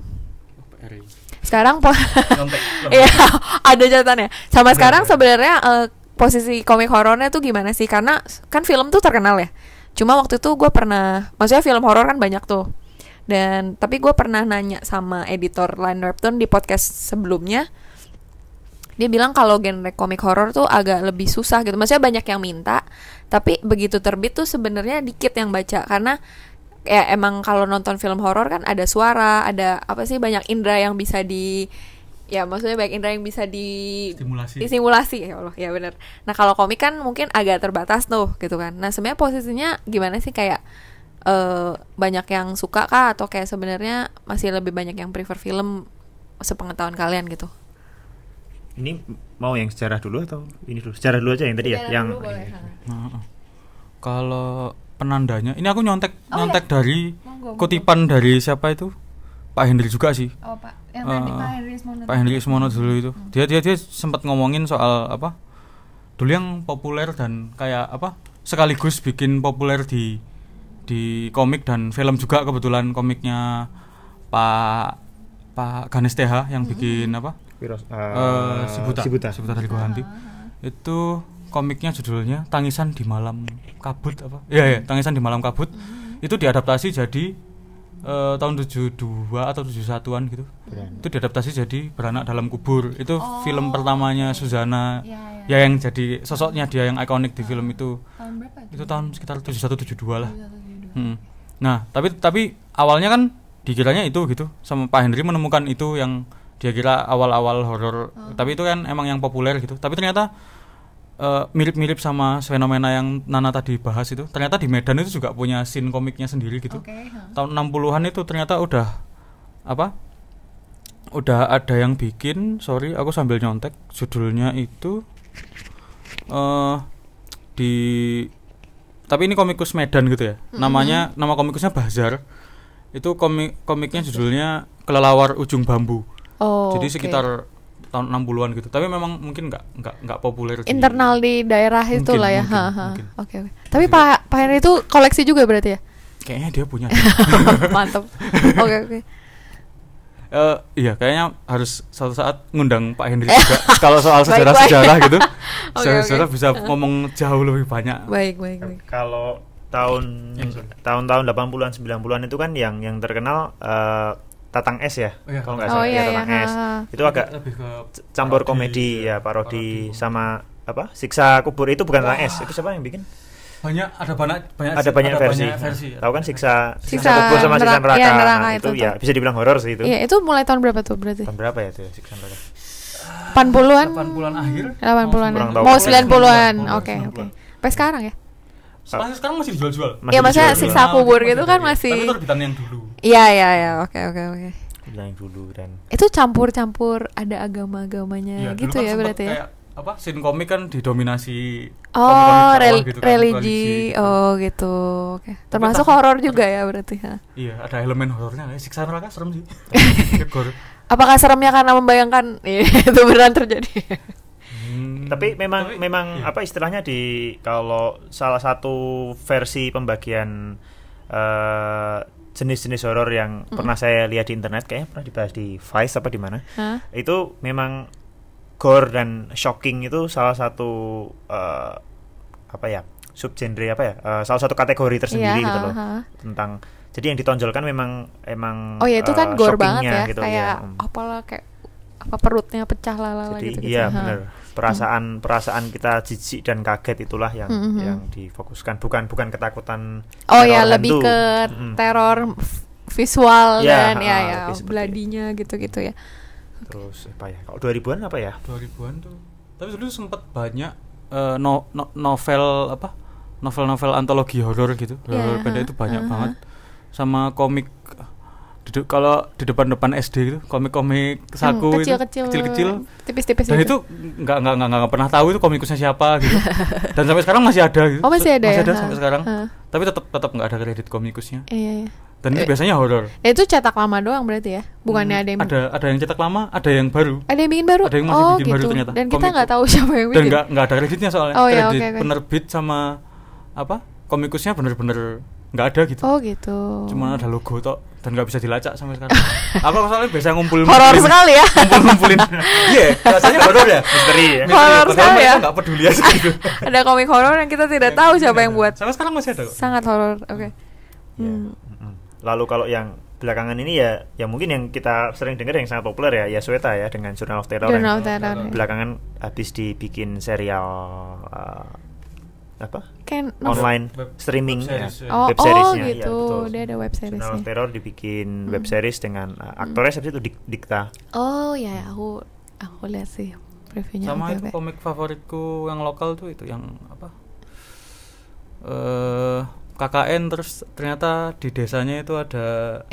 ya ada catatannya. Sama sekarang sebenarnya posisi komik horornya tuh gimana sih? Karena kan film tuh terkenal ya. Cuma waktu itu gue pernah, maksudnya film horor kan banyak tuh. Tapi gue pernah nanya sama editor Line Webtoon di podcast sebelumnya. Dia bilang kalau genre komik horor tuh agak lebih susah gitu. Maksudnya banyak yang minta, tapi begitu terbit tuh sebenarnya dikit yang baca, karena ya emang kalau nonton film horor kan ada suara, ada apa sih, banyak indera yang bisa maksudnya banyak indera yang bisa disimulasi. Ya Allah, ya benar. Nah, kalau komik kan mungkin agak terbatas tuh gitu kan. Nah, sebenarnya posisinya gimana sih, kayak banyak yang suka kah, atau kayak sebenarnya masih lebih banyak yang prefer film, sepengetahuan kalian gitu? Ini mau yang sejarah dulu atau ini dulu? Sejarah dulu aja yang tadi ya, yang kalau penandanya ini aku nyontek dari kutipan dari siapa itu, Pak Hendri juga sih. Oh, Pak. Yang tadi Pak Hendri Ismono dulu itu. Dia sempat ngomongin soal apa? Dulu yang populer dan kayak apa? Sekaligus bikin populer di komik dan film juga, kebetulan komiknya Pak Ganes TH yang bikin apa? Sibuta dari Gohanti. Itu komiknya judulnya Tangisan di Malam Kabut apa? Iya, Tangisan di Malam Kabut. Itu diadaptasi jadi tahun 72 atau 71-an gitu. Itu diadaptasi jadi Beranak Dalam Kubur. Itu film pertamanya Suzana. Ya yang jadi sosoknya dia yang ikonik di film itu. Tahun berapa? Itu tahun sekitar 71-72 lah. Nah, tapi awalnya kan dikiranya itu gitu. Sama Pak Henry menemukan itu yang dia kira awal-awal horor. Tapi itu kan emang yang populer gitu. Tapi ternyata mirip-mirip sama fenomena yang Nana tadi bahas itu. Ternyata di Medan itu juga punya scene komiknya sendiri gitu. Tahun 60-an itu ternyata udah apa? udah ada yang bikin, sorry aku sambil nyontek, judulnya itu di tapi ini komikus Medan gitu ya. Nama komikusnya Bazar. Itu komiknya judulnya Kelelawar Ujung Bambu. Jadi sekitar tahun 60-an gitu. Tapi memang mungkin enggak populer internal di daerah itu mungkin, lah ya. Mungkin. Oke. Tapi Pak Henry itu koleksi juga berarti ya? Kayaknya dia punya. Mantap. Oke. Iya, kayaknya harus suatu saat ngundang Pak Henry juga kalau soal sejarah-sejarah gitu. Sejarah bisa ngomong jauh lebih banyak. Baik. Kalau tahun-tahun 80-an 90-an itu kan yang terkenal Tatang S ya. Kalau enggak salah Tatang S. Itu agak campur komedi ya, parodi sama Siksa Kubur itu bukan Tatang S. Itu siapa yang bikin? Ada banyak versi. Tahu kan siksa kubur sama siksa neraka itu ya bisa dibilang horor sih itu. Iya, itu mulai tahun berapa tuh berarti? Tahun berapa ya itu siksa neraka? 80-an akhir. 80-an. Mau 90-an. Oke. Sampai sekarang ya? Sekarang masih dijual-jual. Iya, maksudnya siksa kubur gitu kan masih. Tapi itu terbitan yang dulu. Iya. Oke. Yang dulu dan itu campur ada agama-agamanya gitu kan ya berarti ya. Scene komik kan didominasi gitu kan, religi. Oh gitu. Oke. Termasuk horor juga ya berarti ya. Iya, ada elemen horornya. Siksa neraka serem sih. Apakah seremnya karena membayangkan itu beneran terjadi? Tapi memang apa istilahnya di kalau salah satu versi pembagian jenis-jenis horor yang pernah saya lihat di internet, kayaknya pernah dibahas di Vice apa di mana. Itu memang gore dan shocking itu salah satu subgenre salah satu kategori tersendiri gitu loh. Tentang jadi yang ditonjolkan memang itu kan gore banget ya gitu, kayak apalah kayak perutnya pecah lalala gitu. Iya benar. Perasaan kita jijik dan kaget itulah yang difokuskan, bukan ketakutan lebih ke teror visual dan bloody-nya gitu-gitu ya. Terus kalau 2000-an apa ya? 2000-an tuh. Tapi dulu sempat banyak novel antologi horor gitu. Horor pendek itu banyak banget. Sama komik kalau di depan SD gitu, komik saku kecil-kecil, tipis-tipis. Dan itu nggak pernah tahu itu komikusnya siapa gitu. Dan sampai sekarang masih ada gitu. Masih ada sampai sekarang. Tapi tetap nggak ada kredit komikusnya. Iya. Dan itu biasanya horor. Itu cetak lama doang berarti ya? Bukannya ada yang cetak lama, ada yang baru. Ada yang bikin baru? Ada yang masih bikin baru ternyata. Dan kita nggak tahu siapa yang bikin. Dan nggak ada kreditnya soalnya. Kredit penerbit sama komikusnya bener-bener nggak ada gitu. Oh gitu. Cuma ada logo tok dan nggak bisa dilacak sampai sekarang. Apa soalnya biasa ngumpulin. Horor sekali ya. Ngumpulin. Iya, rasanya horor ya. Misteri ya. Horor sekali ya. Nggak peduli aja gitu. Ada komik horor yang kita tidak tahu siapa yang buat. Sampai sekarang masih ada kok. Sangat horor. Oke. Lalu kalau yang belakangan ini ya mungkin yang kita sering dengar yang sangat populer ya Yasweta ya dengan Journal of Terror. Belakangan habis dibikin serial online streaming web seriesnya gitu. Dia ada web series. Journal of Terror dibikin web series dengan aktornya seperti itu Dikta. Oh ya, aku lihat sih previewnya. Sama itu komik favoritku yang lokal tuh itu yang KKN, terus ternyata di desanya itu ada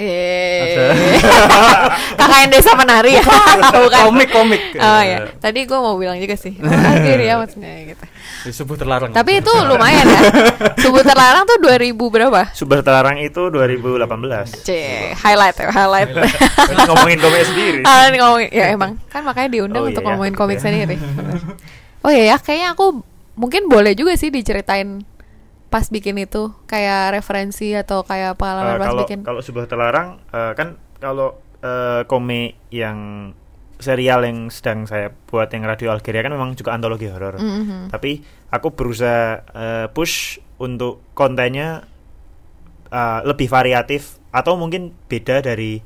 KKN Desa Menari ya. Bukan. komik. Oh ya. Tadi gue mau bilang juga sih. Akhir ya maksudnya gitu. Subuh Terlarang. Tapi itu lumayan ya. Subuh Terlarang tuh 2000 berapa? Subuh Terlarang itu 2018. Highlight. Ngomongin komik sendiri. Ngomongin ya emang kan makanya diundang untuk ngomongin komik sendiri. Oh ya, kayaknya aku mungkin boleh juga sih diceritain pas bikin itu kayak referensi atau kayak pengalaman pas bikin. Kalau Subuh Terlarang kan kalau komik yang serial yang sedang saya buat yang Radio Algeria kan memang juga antologi horor. Tapi aku berusaha push untuk kontennya lebih variatif atau mungkin beda dari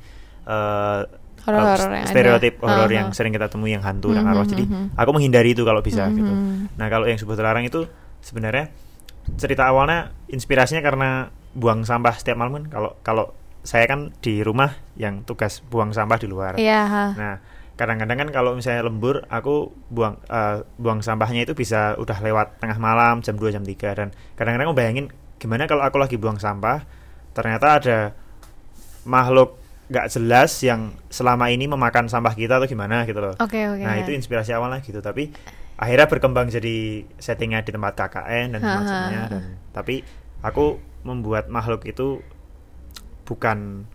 stereotip horor yang sering kita temui yang hantu dan arwah. Jadi aku menghindari itu kalau bisa gitu. Nah, kalau yang Subuh Terlarang itu sebenarnya cerita awalnya inspirasinya karena buang sampah setiap malam kan. Kalau saya kan di rumah yang tugas buang sampah di luar. Nah, kadang-kadang kan kalau misalnya lembur aku buang sampahnya itu bisa udah lewat tengah malam jam 2 jam 3 dan kadang-kadang aku bayangin gimana kalau aku lagi buang sampah ternyata ada makhluk nggak jelas yang selama ini memakan sampah kita atau gimana gitu loh. Nah itu inspirasi awalnya gitu, tapi akhirnya berkembang jadi settingnya di tempat KKN dan semacamnya. Tapi aku membuat makhluk itu bukan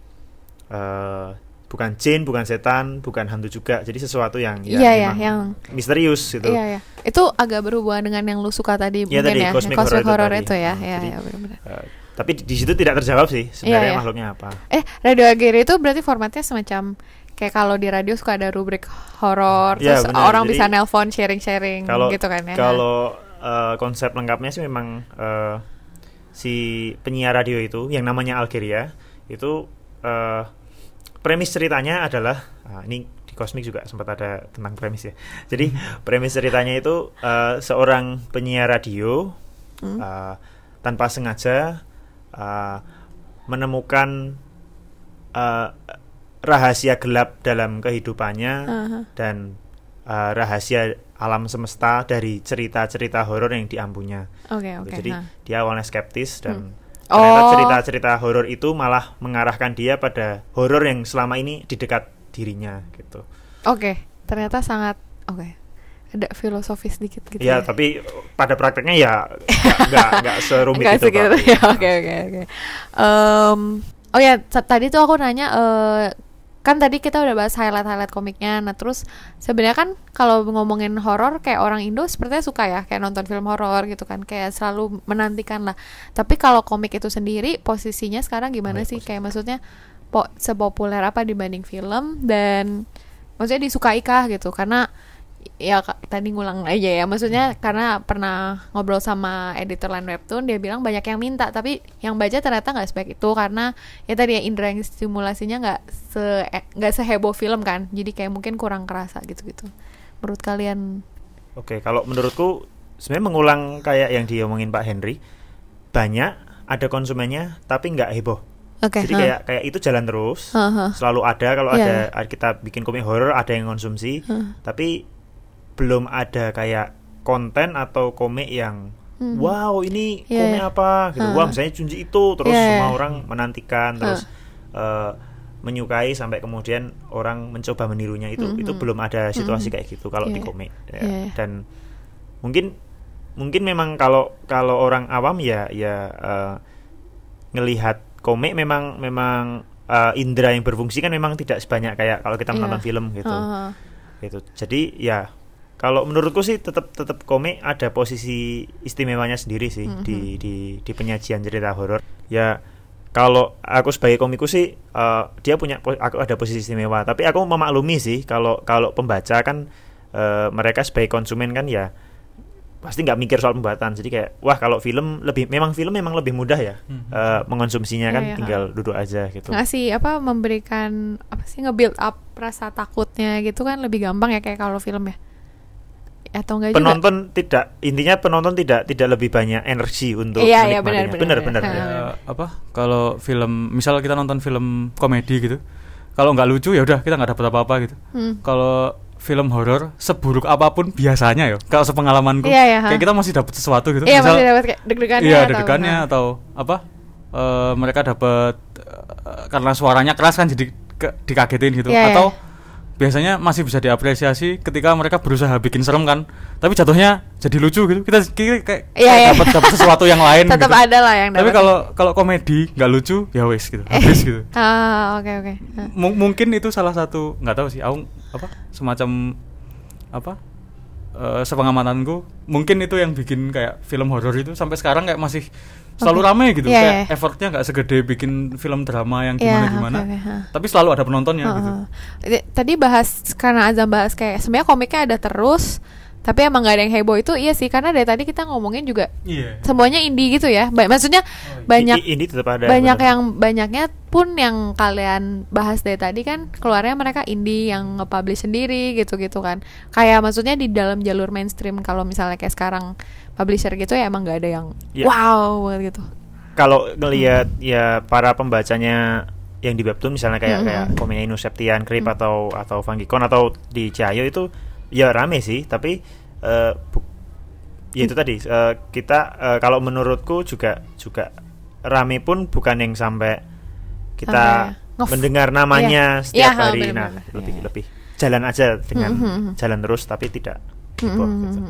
jin, bukan setan, bukan hantu juga, jadi sesuatu yang yang misterius gitu. Itu agak berhubungan dengan yang lu suka tadi mungkin ya, cosmic horror itu ya. Jadi, benar-benar. Tapi di situ tidak terjawab sih sebenarnya makhluknya apa. Radio Ageria itu berarti formatnya semacam kayak kalau di radio suka ada rubrik horor, terus bener. Orang jadi, bisa nelpon sharing-sharing gitu kan ya. Kalau konsep lengkapnya sih memang si penyiar radio itu yang namanya Algeria itu premis ceritanya adalah ini di Cosmic juga sempat ada tentang premis ya. Jadi premis ceritanya itu seorang penyiar radio tanpa sengaja menemukan rahasia gelap dalam kehidupannya dan rahasia alam semesta dari cerita-cerita horor yang diampunya. Jadi dia awalnya skeptis dan ternyata cerita-cerita horor itu malah mengarahkan dia pada horor yang selama ini di dekat dirinya gitu. Ternyata sangat ada filosofis dikit gitu. Ya, tapi pada prakteknya ya nggak serumit itu. Tadi tuh aku nanya, kan tadi kita udah bahas highlight komiknya. Nah terus sebenarnya kan kalau ngomongin horor kayak orang Indo sepertinya suka ya kayak nonton film horor gitu kan, kayak selalu menantikan lah. Tapi kalau komik itu sendiri posisinya sekarang gimana sih? Kayak maksudnya sepopuler apa dibanding film, dan maksudnya disukai kah gitu? Karena ya tadi ngulang aja ya, maksudnya karena pernah ngobrol sama editor Line Webtoon, dia bilang banyak yang minta tapi yang baca ternyata nggak sebaik itu karena ya tadi ya indera yang stimulasinya nggak seheboh film kan, jadi kayak mungkin kurang kerasa gitu. Menurut kalian? Kalau menurutku sebenarnya mengulang kayak yang diomongin Pak Henry, banyak ada konsumennya tapi nggak heboh. Jadi kayak itu jalan terus, selalu ada. Kalau ada kita bikin komik horor ada yang konsumsi, tapi belum ada kayak konten atau komik yang wow ini komik apa gitu, wah misalnya Junji itu terus semua orang menantikan terus menyukai sampai kemudian orang mencoba menirunya, itu belum ada situasi kayak gitu kalau di komik dan mungkin memang kalau orang awam ya ngelihat komik memang indera yang berfungsi kan memang tidak sebanyak kayak kalau kita menonton film gitu. Jadi ya kalau menurutku sih tetap komik ada posisi istimewanya sendiri sih di penyajian cerita horor. Ya kalau aku sebagai komiku sih aku ada posisi istimewa, tapi aku memaklumi sih kalau pembaca kan mereka sebagai konsumen kan ya pasti nggak mikir soal pembuatan. Jadi kayak wah kalau film memang lebih mudah ya mengonsumsinya kan, tinggal duduk aja gitu. Ngasih memberikan nge-build up rasa takutnya gitu kan lebih gampang ya kayak kalau film ya. Atau enggak penonton juga? Penonton tidak lebih banyak energi untuk menikmatinya. Benar. Kalau film misal kita nonton film komedi gitu, kalau nggak lucu ya udah kita nggak dapat apa-apa gitu. Kalau film horor seburuk apapun biasanya kalau sepengalamanku kayak kita masih dapat sesuatu gitu. Misal, masih dapat kayak deg-degannya atau mereka dapat karena suaranya keras kan jadi dikagetin gitu, atau biasanya masih bisa diapresiasi ketika mereka berusaha bikin serem kan, tapi jatuhnya jadi lucu gitu. Kita kayak dapat sesuatu yang lain. Tetap gitu. Ada lah yang dapat. Tapi kalau komedi nggak lucu ya wes gitu, habis gitu. Oke. Mungkin itu salah satu, nggak tahu sih, aku semacam sepengamatanku mungkin itu yang bikin kayak film horor itu sampai sekarang kayak masih selalu rame gitu, kayak effortnya nggak segede bikin film drama yang gimana, tapi selalu ada penontonnya gitu. Tadi karena Azam bahas kayak sebenarnya komiknya ada terus, tapi emang nggak ada yang heboh itu, iya sih, karena dari tadi kita ngomongin juga semuanya indie gitu ya, maksudnya banyak indie tetap ada, banyaknya pun yang kalian bahas dari tadi kan keluarnya mereka indie yang nge-publish sendiri gitu kan, kayak maksudnya di dalam jalur mainstream kalau misalnya kayak sekarang publisher gitu ya emang nggak ada yang wow gitu. Kalau ngelihat ya para pembacanya yang di webtoon misalnya kayak Komika Inu Septian, Krip atau Fangikon atau di Cahyo itu ya rame sih, tapi ya itu tadi kita kalau menurutku juga rame pun bukan yang sampai kita mendengar namanya setiap hari. Bener-bener. Nah, lebih jalan aja dengan jalan terus tapi tidak gitu.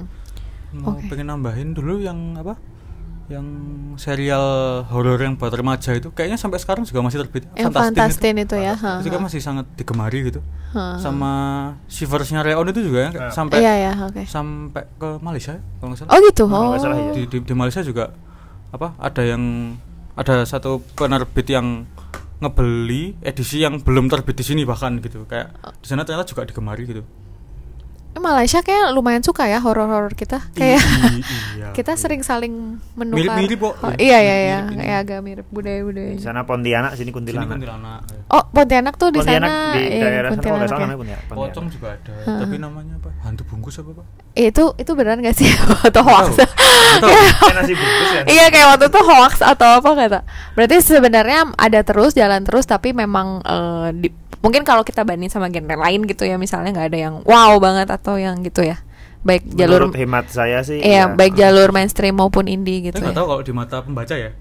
Pengen nambahin dulu yang apa? Yang serial horor yang buat remaja itu kayaknya sampai sekarang juga masih terbit. Fantastin itu ya. Itu juga masih sangat digemari gitu. Sama Shiversnya Reon itu juga ya, sampai sampai ke Malaysia ya, kalau nggak salah. Oh gitu. Di Malaysia juga apa? Ada satu penerbit yang ngebeli edisi yang belum terbit di sini bahkan gitu. Kayak di sana ternyata juga digemari gitu. Malaysia kayak lumayan suka ya horor-horor kita. Kayak kita sering saling menukar. Mirip-mirip kok. Iya. Kayak agak mirip budaya-budaya. Di sana Pontianak, sini Kuntilanak. Oh, Pontianak tuh di sana. Di daerah sana kalau salah namanya Pontianak. Pocong juga ada. Tapi namanya apa? Hantu bungkus apa, Pak? Itu beneran gak sih atau hoax? Nasi bungkus ya. Iya, kayak waktu itu hoax atau apa kata. Berarti sebenarnya ada terus, jalan terus, tapi memang mungkin kalau kita banding sama genre lain gitu ya, misalnya nggak ada yang wow banget atau yang gitu ya, baik jalur menurut hemat saya sih baik jalur mainstream maupun indie gitu. Saya nggak tahu kalau di mata pembaca ya.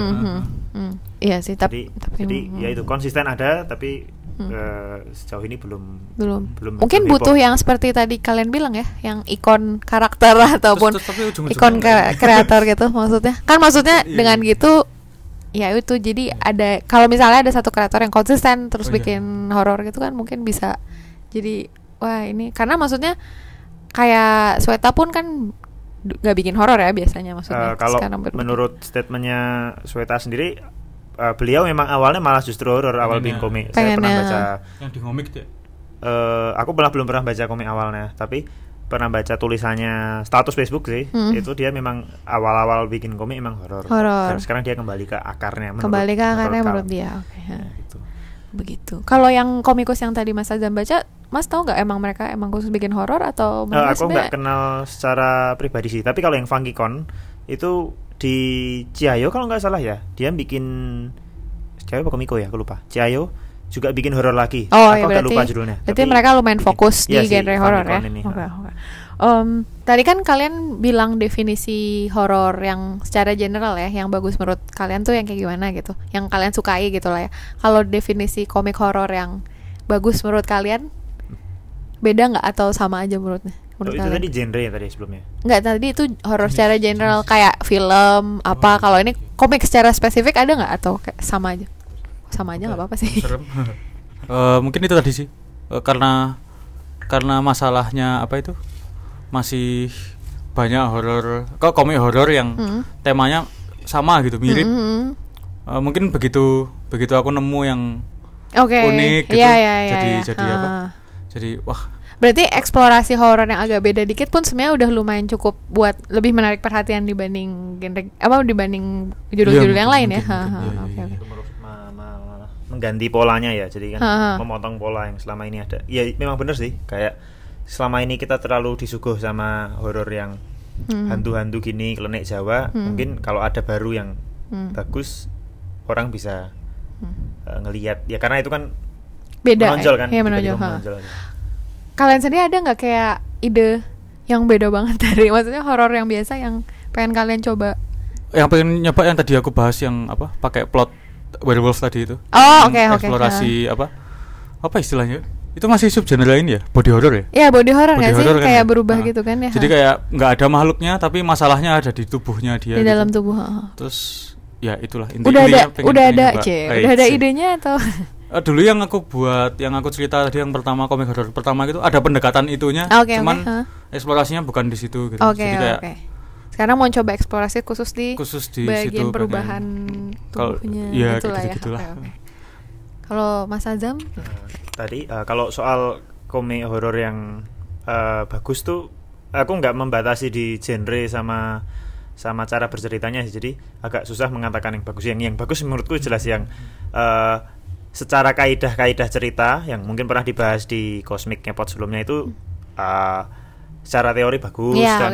Iya sih, tapi ya itu konsisten ada tapi sejauh ini belum mungkin butuh yang seperti tadi kalian bilang ya, yang ikon karakter ataupun ikon kreator gitu maksudnya dengan gitu. Ya itu, jadi ada, kalau misalnya ada satu kreator yang konsisten terus bikin horor gitu kan mungkin bisa jadi wah ini, karena maksudnya kayak Sweta pun kan gak bikin horor ya biasanya maksudnya. Kalau menurut statementnya Sweta sendiri, beliau memang awalnya malah justru horor awal bikin komik. Saya pernah baca yang di komik itu ya? Aku belum pernah baca komik awalnya, tapi pernah baca tulisannya status Facebook sih. Itu dia memang awal-awal bikin komik emang horor. Dan sekarang dia kembali ke akarnya menurut dia. Gitu. Begitu. Kalau yang komikus yang tadi Mas Azam baca, Mas tahu nggak emang mereka emang khusus bikin horor atau aku nggak kenal secara pribadi sih. Tapi kalau yang Funkicon itu di Ciayo kalau nggak salah ya, dia bikin Ciayo apa Komiko ya, aku lupa. Ciayo juga bikin horor lagi. Aku agak lupa judulnya. Berarti mereka lumayan fokus di genre horor ya. Tadi kan kalian bilang definisi horor yang secara general ya, yang bagus menurut kalian tuh yang kayak gimana gitu, yang kalian sukai gitu lah ya. Kalau definisi komik horor yang bagus menurut kalian beda nggak atau sama aja menurutnya? Itu tadi genre ya tadi sebelumnya? Nggak, tadi itu horor secara general kayak film apa. Kalau ini komik secara spesifik ada nggak atau kayak sama aja? Sama aja nggak apa-apa sih. Mungkin itu tadi sih, karena masalahnya apa itu masih banyak horor, komik horor yang temanya sama gitu, mirip. Mungkin begitu aku nemu yang unik gitu, jadi apa? Jadi wah. Berarti eksplorasi horor yang agak beda dikit pun sebenarnya udah lumayan cukup buat lebih menarik perhatian dibanding genre dibanding judul-judul yang lain ya. Okay. Mengganti polanya ya, jadi kan memotong pola yang selama ini ada. Ya memang benar sih, kayak selama ini kita terlalu disuguh sama horor yang hantu-hantu gini, klenik Jawa. Mungkin kalau ada baru yang bagus, orang bisa ngelihat ya, karena itu kan beda, menonjol kan. Ya, menonjol. Kalian sendiri ada nggak kayak ide yang beda banget dari maksudnya horor yang biasa yang pengen kalian coba? Yang pengen nyoba yang tadi aku bahas yang apa, pakai plot werewolf tadi itu. Eksplorasi apa istilahnya? Itu masih subgenre lain ya? Body horror ya? Iya, body horror nggak sih? Kan kayak berubah gitu kan ya? Jadi kayak nggak ada makhluknya, tapi masalahnya ada di tubuhnya dia. Di dalam tubuh. Terus ya itulah intinya. Udah ada idenya atau? Dulu yang aku cerita tadi yang pertama, komik horror pertama itu ada pendekatan itunya, cuman eksplorasinya bukan di situ gitu. Jadi kayak sekarang mau coba eksplorasi khusus di bagian situ, perubahan tubuhnya gitulah. Okay. Kalau Mas Azam? Tadi kalau soal komik horor yang bagus tuh aku nggak membatasi di genre sama cara berceritanya sih. Jadi agak susah mengatakan yang bagus. Yang bagus menurutku jelas yang secara kaidah cerita yang mungkin pernah dibahas di Cosmic Kepot sebelumnya itu secara teori bagus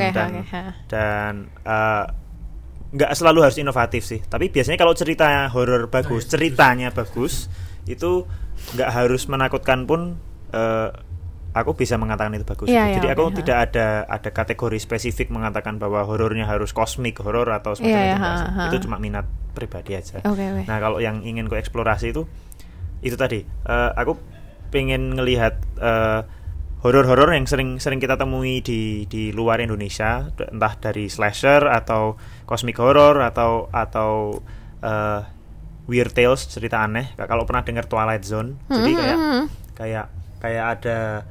dan nggak selalu harus inovatif sih. Tapi biasanya kalau cerita horor bagus, ceritanya bagus, itu nggak harus menakutkan pun aku bisa mengatakan itu bagus. Jadi aku tidak ada kategori spesifik mengatakan bahwa horornya harus cosmic horror atau semacam itu. Itu cuma minat pribadi aja. Nah kalau yang ingin ku eksplorasi itu itu tadi aku pengen ngelihat horor-horor yang sering kita temui di luar Indonesia, entah dari slasher atau cosmic horror atau weird tales, cerita aneh. Kalau pernah dengar Twilight Zone, jadi kayak ada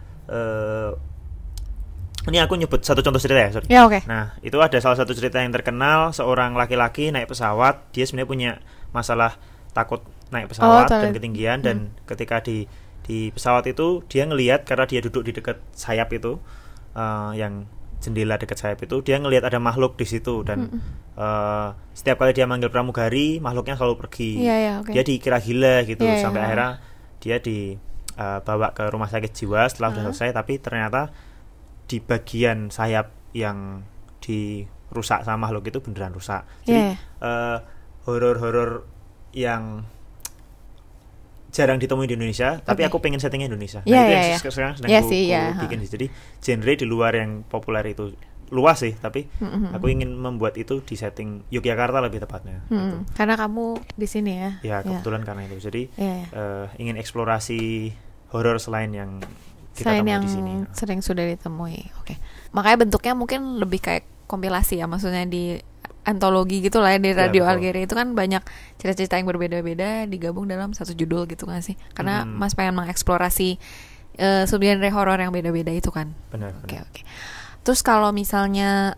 ini aku nyebut satu contoh cerita ya, sorry. Ya, oke. Nah, itu ada salah satu cerita yang terkenal, seorang laki-laki naik pesawat, dia sebenarnya punya masalah takut naik pesawat dan ketinggian, dan ketika di pesawat itu dia ngelihat, karena dia duduk di dekat sayap itu, yang jendela dekat sayap itu, dia ngelihat ada makhluk di situ, dan setiap kali dia manggil pramugari, makhluknya selalu pergi. Okay. Dia dikira gila gitu, sampai akhirnya dia dibawa ke rumah sakit jiwa setelah sudah selesai, tapi ternyata di bagian sayap yang dirusak sama makhluk itu beneran rusak. Jadi horor-horor yang jarang ditemui di Indonesia, tapi aku pengen settingnya Indonesia. Nah, itu yang sekarang sedang aku bikin. Jadi genre di luar yang populer itu luas sih, tapi aku ingin membuat itu di setting Yogyakarta lebih tepatnya. Gitu. Karena kamu di sini ya. Ya, kebetulan karena itu. Jadi ingin eksplorasi horor selain yang selain yang sering sudah ditemui. Oke. Makanya bentuknya mungkin lebih kayak kompilasi ya, maksudnya di antologi gitu lah ya, di Radio Algeria itu kan banyak cerita-cerita yang berbeda-beda digabung dalam satu judul gitu kan sih. Karena Mas pengen mengeksplorasi subgenre horor yang beda-beda itu kan. Benar. Oke. Terus kalau misalnya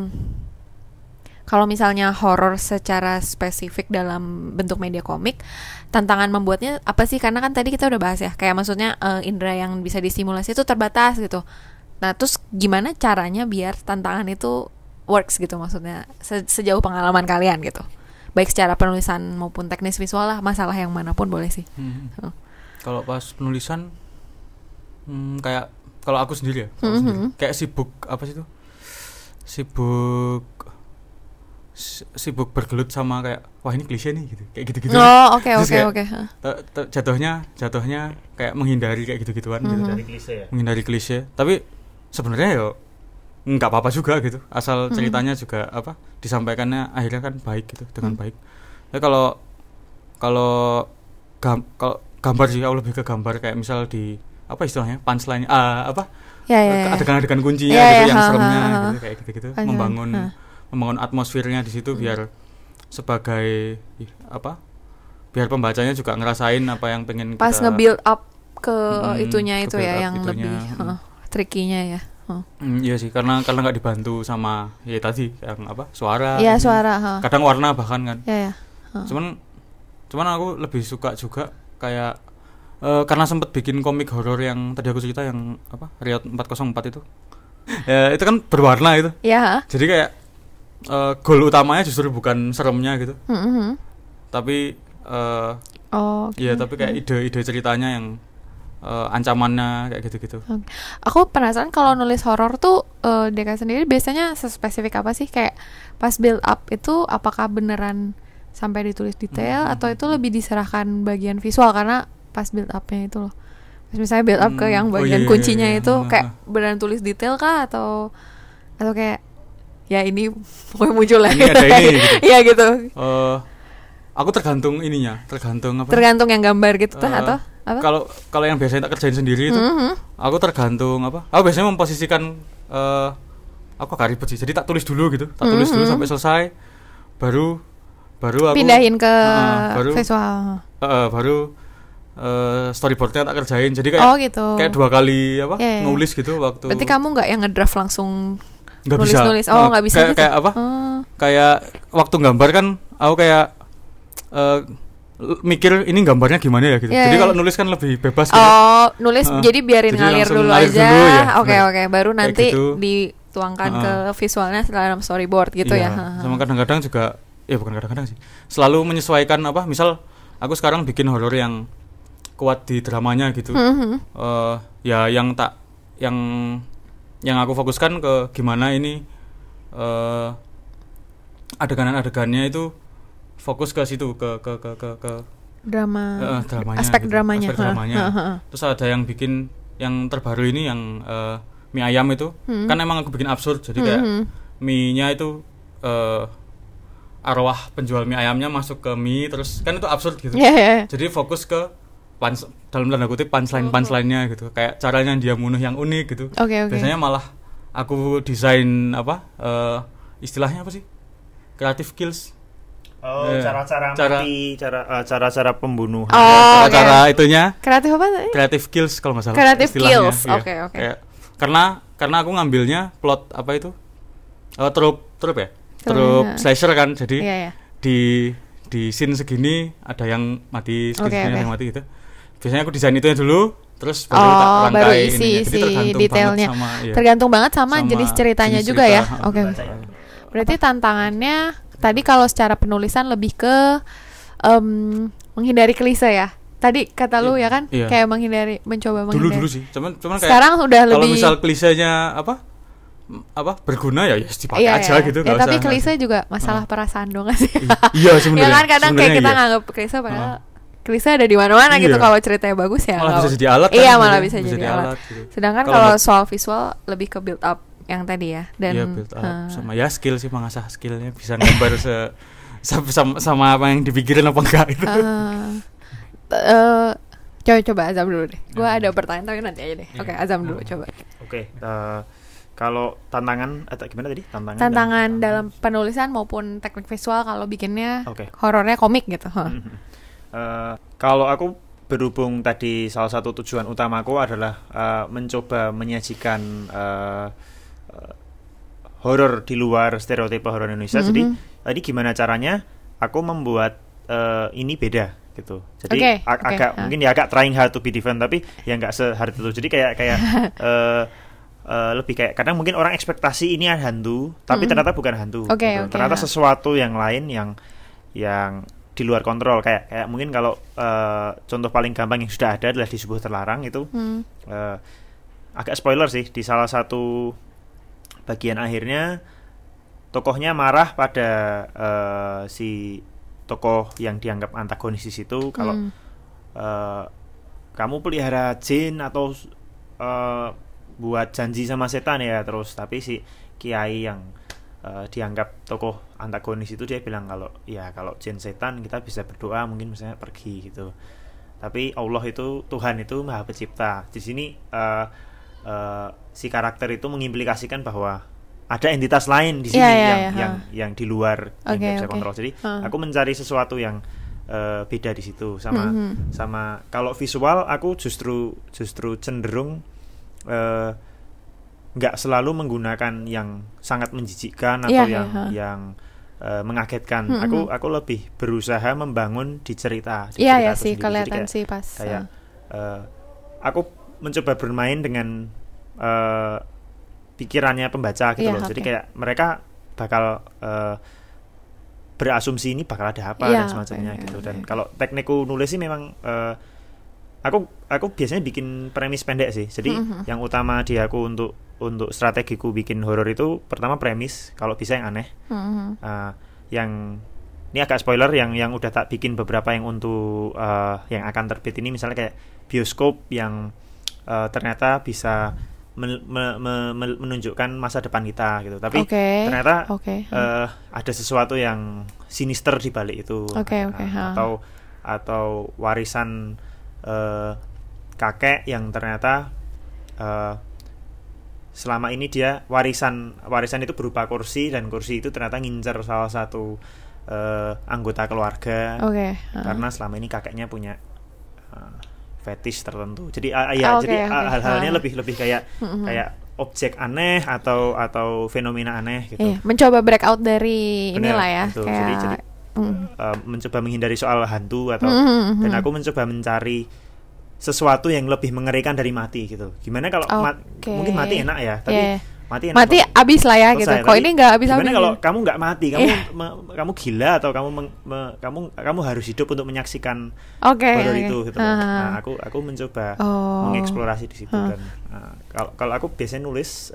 horor secara spesifik dalam bentuk media komik, tantangan membuatnya apa sih? Karena kan tadi kita udah bahas ya, kayak maksudnya indera yang bisa distimulasi itu terbatas gitu. Nah, terus gimana caranya biar tantangan itu works gitu, maksudnya sejauh pengalaman kalian gitu, baik secara penulisan maupun teknis visual lah, masalah yang manapun boleh sih. Kalau pas penulisan kayak kalau aku sendiri ya, kayak sibuk bergelut sama kayak wah ini klise nih gitu, kayak gitu-gitu. Oke. Jatuhnya kayak menghindari kayak gitu-gituan gitu. Menghindari klise. Tapi sebenarnya ya nggak apa-apa juga gitu, asal ceritanya juga disampaikannya akhirnya kan baik gitu, dengan baik. Ya kalau gambar sih, aku lebih ke gambar, kayak misal di istilahnya punchline adegan-adegan kuncinya gitu, yang seremnya gitu, kayak gitu-gitu, membangun atmosfernya di situ biar sebagai biar pembacanya juga ngerasain apa yang pengen pas nge-build up ke itunya itu ya, yang lebih tricky-nya ya. Iya sih, karena nggak dibantu sama ya tadi yang suara. Iya, suara. Kadang warna bahkan kan. Iya. Cuman aku lebih suka juga kayak karena sempet bikin komik horor yang tadi aku cerita, yang Riot 404 itu. Ya itu kan berwarna itu. Iya. Jadi kayak goal utamanya justru bukan seremnya gitu. Tapi ya tapi kayak ide ceritanya yang ancamannya kayak gitu-gitu. Aku penasaran kalau nulis horor tuh Deka sendiri biasanya spesifik apa sih? Kayak pas build up itu apakah beneran sampai ditulis detail atau itu lebih diserahkan bagian visual, karena pas build up-nya itu loh. Pas misalnya build up ke yang bagian kuncinya itu kayak beneran tulis detail kah atau kayak ya ini pokoknya muncul lah. Ini ada ini gitu. Iya gitu. Aku tergantung ininya, tergantung yang gambar gitu atau kalau yang biasanya tak kerjain sendiri itu, aku tergantung aku biasanya memposisikan aku agak ribet sih, jadi tak tulis dulu gitu, tulis dulu sampai selesai, baru aku pindahin ke visual, baru storyboardnya tak kerjain, jadi kayak gitu. Kayak 2 kali nulis gitu waktu. Berarti kamu nggak yang ngedraft langsung nggak nulis? Nggak bisa gitu. Kayak kayak waktu gambar kan aku kayak mikir ini gambarnya gimana ya gitu. Jadi kalau nulis kan lebih bebas gitu. Nulis jadi biarin ngalir dulu aja. Oke, baru nanti gitu dituangkan ke visualnya dalam storyboard gitu ya. Sama kadang-kadang juga bukan kadang-kadang sih. Selalu menyesuaikan misal aku sekarang bikin horor yang kuat di dramanya gitu. Ya yang aku fokuskan ke gimana ini adegan-adegannya itu fokus ke situ, ke dramanya, aspek dramanya. Terus ada yang bikin yang terbaru ini yang mie ayam itu kan emang aku bikin absurd, jadi kayak mie-nya itu arwah penjual mie ayamnya masuk ke mie, terus kan itu absurd gitu. Jadi fokus ke dalam tanda kutip punchline-nya gitu. Kayak caranya dia bunuh yang unik gitu. Biasanya malah aku desain istilahnya apa sih? Creative kills. Cara pembunuhan. Cara itunya. Kreatif apa tadi? Creative kills kalau nggak salah. Creative kills. Oke. Karena aku ngambilnya plot apa itu? Trope ya. Trope slasher kan. Jadi di scene segini ada yang mati, segini ada yang mati gitu. Biasanya aku desain itu dulu, terus baru tak rangkai isi detailnya. Tergantung banget sama jenis ceritanya juga ya. Oke. Berarti tantangannya tadi kalau secara penulisan lebih ke menghindari klise ya. Tadi kata lu ya kan, kayak mencoba menghindari. Dulu sih. Cuman kayak sekarang udah lebih. Kalau misal klisenya apa berguna ya dipakai aja gitu. Ya, tapi klise juga masalah perasaan dong sih. Iya sebenarnya. Ya kan kadang kayak kita nganggap klise padahal klise ada di mana-mana gitu. Kalau ceritanya bagus ya malah bisa jadi alat. Iya, malah bisa jadi alat. Gitu. Sedangkan kalau soal visual lebih ke build up yang tadi ya. Dan build up sama ya skill sih, mengasah skillnya bisa gambar sama apa yang dipikirin apa enggak itu. Coba Azam dulu deh. Gue ada pertanyaan tapi nanti aja deh. Oke, Azam dulu coba. Oke. Kalau tantangan atau gimana tadi? Tantangan dalam penulisan maupun teknik visual kalau bikinnya horornya komik gitu. Kalau aku berhubung tadi salah satu tujuan utamaku adalah mencoba menyajikan horor di luar stereotipe horor Indonesia. Jadi tadi gimana caranya aku membuat ini beda gitu. Jadi mungkin agak trying hard to be different, tapi ya nggak se-hard itu. Jadi kayak lebih kayak kadang mungkin orang ekspektasi ini ada hantu, tapi ternyata bukan hantu. Gitu. Ternyata sesuatu yang lain yang di luar kontrol. Kayak mungkin kalau contoh paling gampang yang sudah ada adalah di Subuh Terlarang itu. Agak spoiler sih, di salah satu bagian akhirnya tokohnya marah pada si tokoh yang dianggap antagonis di situ kalau kamu pelihara jin atau buat janji sama setan ya, terus tapi si kiai yang dianggap tokoh antagonis itu dia bilang kalau jin setan kita bisa berdoa mungkin misalnya pergi gitu, tapi Allah itu Tuhan itu Maha Pencipta. Di sini si karakter itu mengimplikasikan bahwa ada entitas lain di sini yang di luar yang bisa kontrol. Jadi aku mencari sesuatu yang beda di situ sama kalau visual aku justru cenderung nggak selalu menggunakan yang sangat menjijikkan atau yang mengagetkan. Aku lebih berusaha membangun di cerita. Iya sih, kelihatan sih pas. Kayak aku mencoba bermain dengan pikirannya pembaca gitu loh. Jadi kayak mereka bakal berasumsi ini bakal ada apa dan semacamnya gitu. Dan kalau teknikku nulis sih memang aku biasanya bikin premis pendek sih. Jadi yang utama di aku untuk strategiku bikin horor itu pertama premis, kalau bisa yang aneh. Yang ini agak spoiler yang udah tak bikin beberapa yang untuk yang akan terbit ini, misalnya kayak bioskop yang ternyata bisa menunjukkan masa depan kita gitu. Tapi ternyata ada sesuatu yang sinister di balik itu. Atau warisan kakek yang ternyata selama ini dia warisan itu berupa kursi, dan kursi itu ternyata ngincer salah satu anggota keluarga karena selama ini kakeknya punya fetish tertentu. Jadi hal-halnya lebih kayak objek aneh atau fenomena aneh gitu. Mencoba break out dari inilah ya. Gitu. Jadi mencoba menghindari soal hantu atau dan aku mencoba mencari sesuatu yang lebih mengerikan dari mati gitu. Gimana kalau mungkin mati enak ya, tapi mati enak. Mati abis lah ya gitu. Kok ini nggak abis. Gimana kalau kamu nggak mati, kamu gila atau kamu harus hidup untuk menyaksikan horor itu gitu. Nah, aku mencoba mengeksplorasi di situ dan kalau aku biasanya nulis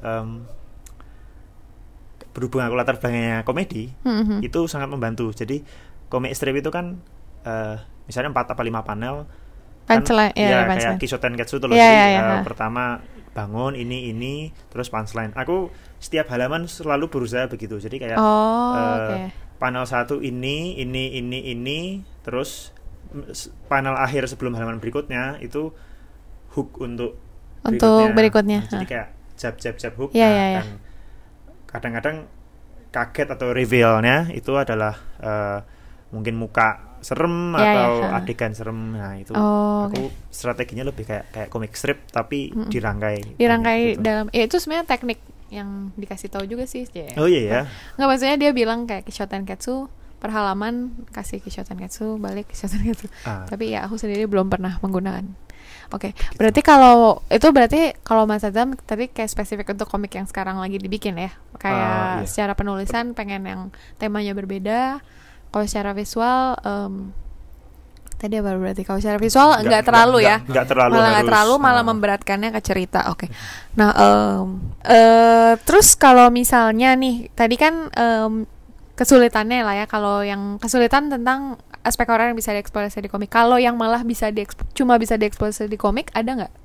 berhubung aku latar belakangnya komedi, itu sangat membantu. Jadi comic strip itu kan misalnya 4 atau 5 panel kan, kayak Kisoten Ketsu tuh loh. Pertama bangun ini terus punchline. Aku setiap halaman selalu berusaha begitu. Jadi kayak panel 1 ini terus panel akhir sebelum halaman berikutnya itu hook untuk berikutnya. Jadi kayak jab hook. Dan kadang-kadang kaget atau reveal-nya itu adalah mungkin muka serem atau adegan serem. Nah, itu aku strateginya lebih kayak comic strip tapi dirangkai gitu. Dalam itu sebenarnya teknik yang dikasih tahu juga sih. Oh iya ya. Nggak, maksudnya dia bilang kayak Kishoten Ketsu per halaman kasih Kishoten Ketsu, balik Kishoten Ketsu. Tapi ya aku sendiri belum pernah menggunakan. Oke, gitu. Berarti kalau Mas Azam tadi kayak spesifik untuk komik yang sekarang lagi dibikin ya. Kayak secara penulisan pengen yang temanya berbeda. Kalau secara visual tadi apa berarti? Kalau secara visual nggak terlalu malah memberatkannya ke cerita. Oke. Nah, terus kalau misalnya nih tadi kan kesulitannya lah ya, kalau yang kesulitan tentang aspek horor yang bisa dieksplorasi di komik. Kalau yang malah cuma bisa dieksplorasi di komik ada nggak?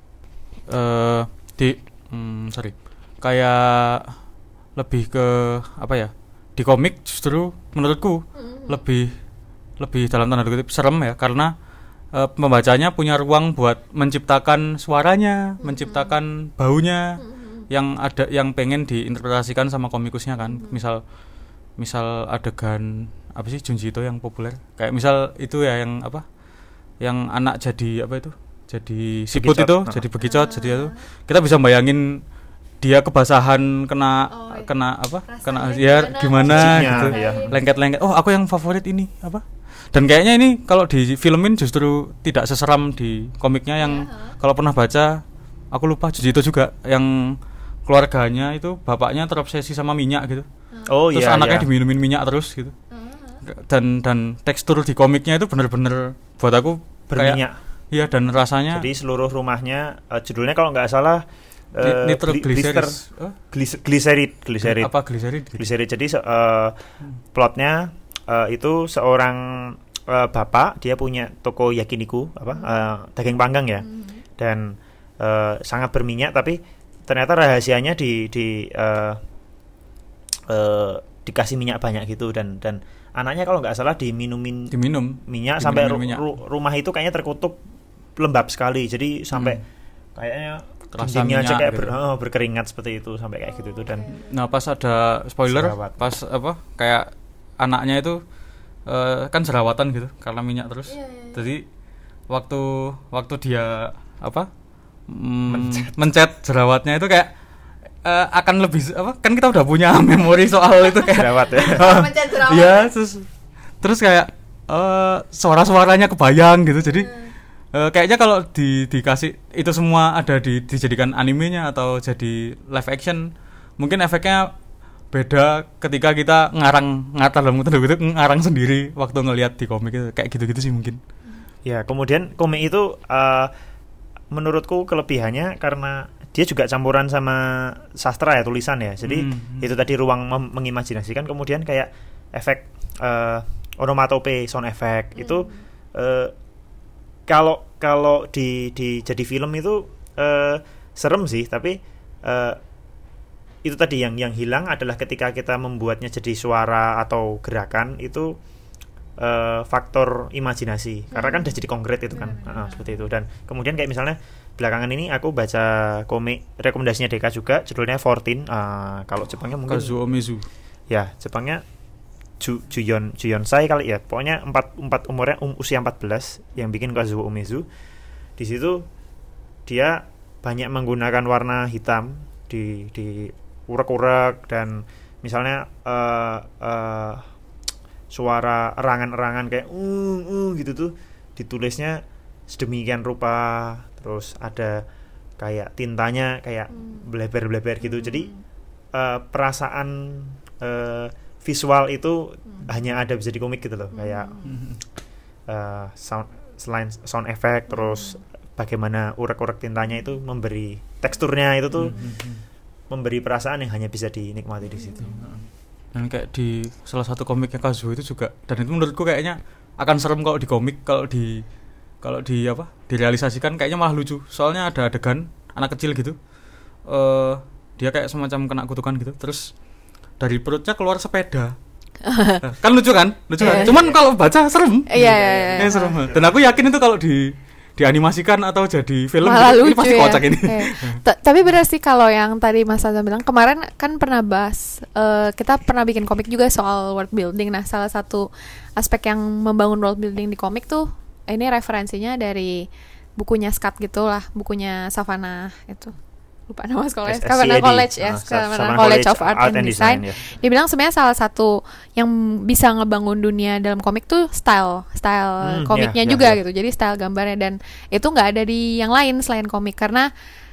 Kayak lebih ke apa ya? Di komik justru menurutku lebih dalam tanda kutip serem ya, karena pembacanya punya ruang buat menciptakan suaranya, menciptakan baunya yang pengen diinterpretasikan sama komikusnya kan. Misal adegan apa sih Junji Ito yang populer, kayak misal itu ya yang anak jadi siput itu jadi bekicot, jadi itu kita bisa bayangin dia kebasahan kena gimana gitu, lengket-lengket. Oh, aku yang favorit ini apa? Dan kayaknya ini kalau di filmin justru tidak seseram di komiknya yang kalau pernah baca, aku lupa Junji Ito juga yang keluarganya itu bapaknya terobsesi sama minyak gitu. Terus anaknya diminumin minyak terus gitu. Dan tekstur di komiknya itu benar-benar buat aku berminyak. Iya, dan rasanya. Jadi seluruh rumahnya judulnya kalau nggak salah Nitroglycerid. Apa gliserid? Gliserid. Jadi plotnya itu seorang bapak, dia punya toko yakiniku daging panggang ya. Dan sangat berminyak, tapi ternyata rahasianya dikasih minyak banyak gitu, dan anaknya kalau nggak salah diminum minyak sampai rumah itu kayaknya terkutuk lembab sekali. Jadi sampai kayaknya dindingnya aja kayak berkeringat seperti itu, sampai kayak gitu. Dan nah, pas ada spoiler pas kayak anaknya itu kan jerawatan gitu karena minyak terus. Jadi waktu dia mencet jerawatnya itu kayak akan lebih kan kita udah punya memori soal itu kayak jerawat ya. Mencet jerawat. Iya, terus kayak suara-suaranya kebayang gitu. Jadi kayaknya kalau dikasih itu semua ada dijadikan animenya atau jadi live action, mungkin efeknya beda ketika kita ngarang sendiri waktu ngelihat di komik itu, kayak gitu-gitu sih mungkin. Ya, kemudian komik itu menurutku kelebihannya karena dia juga campuran sama sastra ya, tulisan ya. Jadi itu tadi ruang mengimajinasikan, kemudian kayak efek onomatope, sound effect itu kalau di jadi film itu serem sih, tapi itu tadi yang hilang adalah ketika kita membuatnya jadi suara atau gerakan itu faktor imajinasi, karena kan udah jadi konkret itu kan. Seperti itu. Dan kemudian kayak misalnya belakangan ini aku baca komik rekomendasinya Deka juga, judulnya 14. Kalau Jepangnya mungkin Kazuo Mizu. Ya, Jepangnya Juyonsai kali ya. Pokoknya umurnya usia 14 yang bikin Kazuo Umezu. Di situ dia banyak menggunakan warna hitam di urak-urak, dan misalnya suara erangan-erangan kayak gitu tuh ditulisnya sedemikian rupa. Terus ada kayak tintanya kayak bleber-bleber gitu. Jadi perasaan visual itu hanya ada bisa di komik gitu loh. Kayak selain sound effect, terus bagaimana urak-urak tintanya itu memberi teksturnya itu tuh memberi perasaan yang hanya bisa dinikmati di situ. Dan kayak di salah satu komiknya Kazuo itu juga, dan itu menurutku kayaknya akan serem kalau di komik, kalau direalisasikan kayaknya malah lucu. Soalnya ada adegan anak kecil gitu, dia kayak semacam kena kutukan gitu, terus dari perutnya keluar sepeda. Kan lucu kan? Cuman kalau baca serem. Iya. Serem. Dan aku yakin itu kalau dianimasikan atau jadi film malah lucu pasti kocak ini. Tapi benar sih kalau yang tadi Mas Azam bilang, kemarin kan pernah bahas, kita pernah bikin komik juga soal world building. Nah, salah satu aspek yang membangun world building di komik tuh, ini referensinya dari bukunya Scott gitulah, bukunya Savannah itu. Lupa nama sekolahnya, Savannah College ya, Savannah College of Art and Design. Dia bilang sebenarnya salah satu yang bisa ngebangun dunia dalam komik tuh style komiknya juga gitu. Jadi style gambarnya, dan itu nggak ada di yang lain selain komik, karena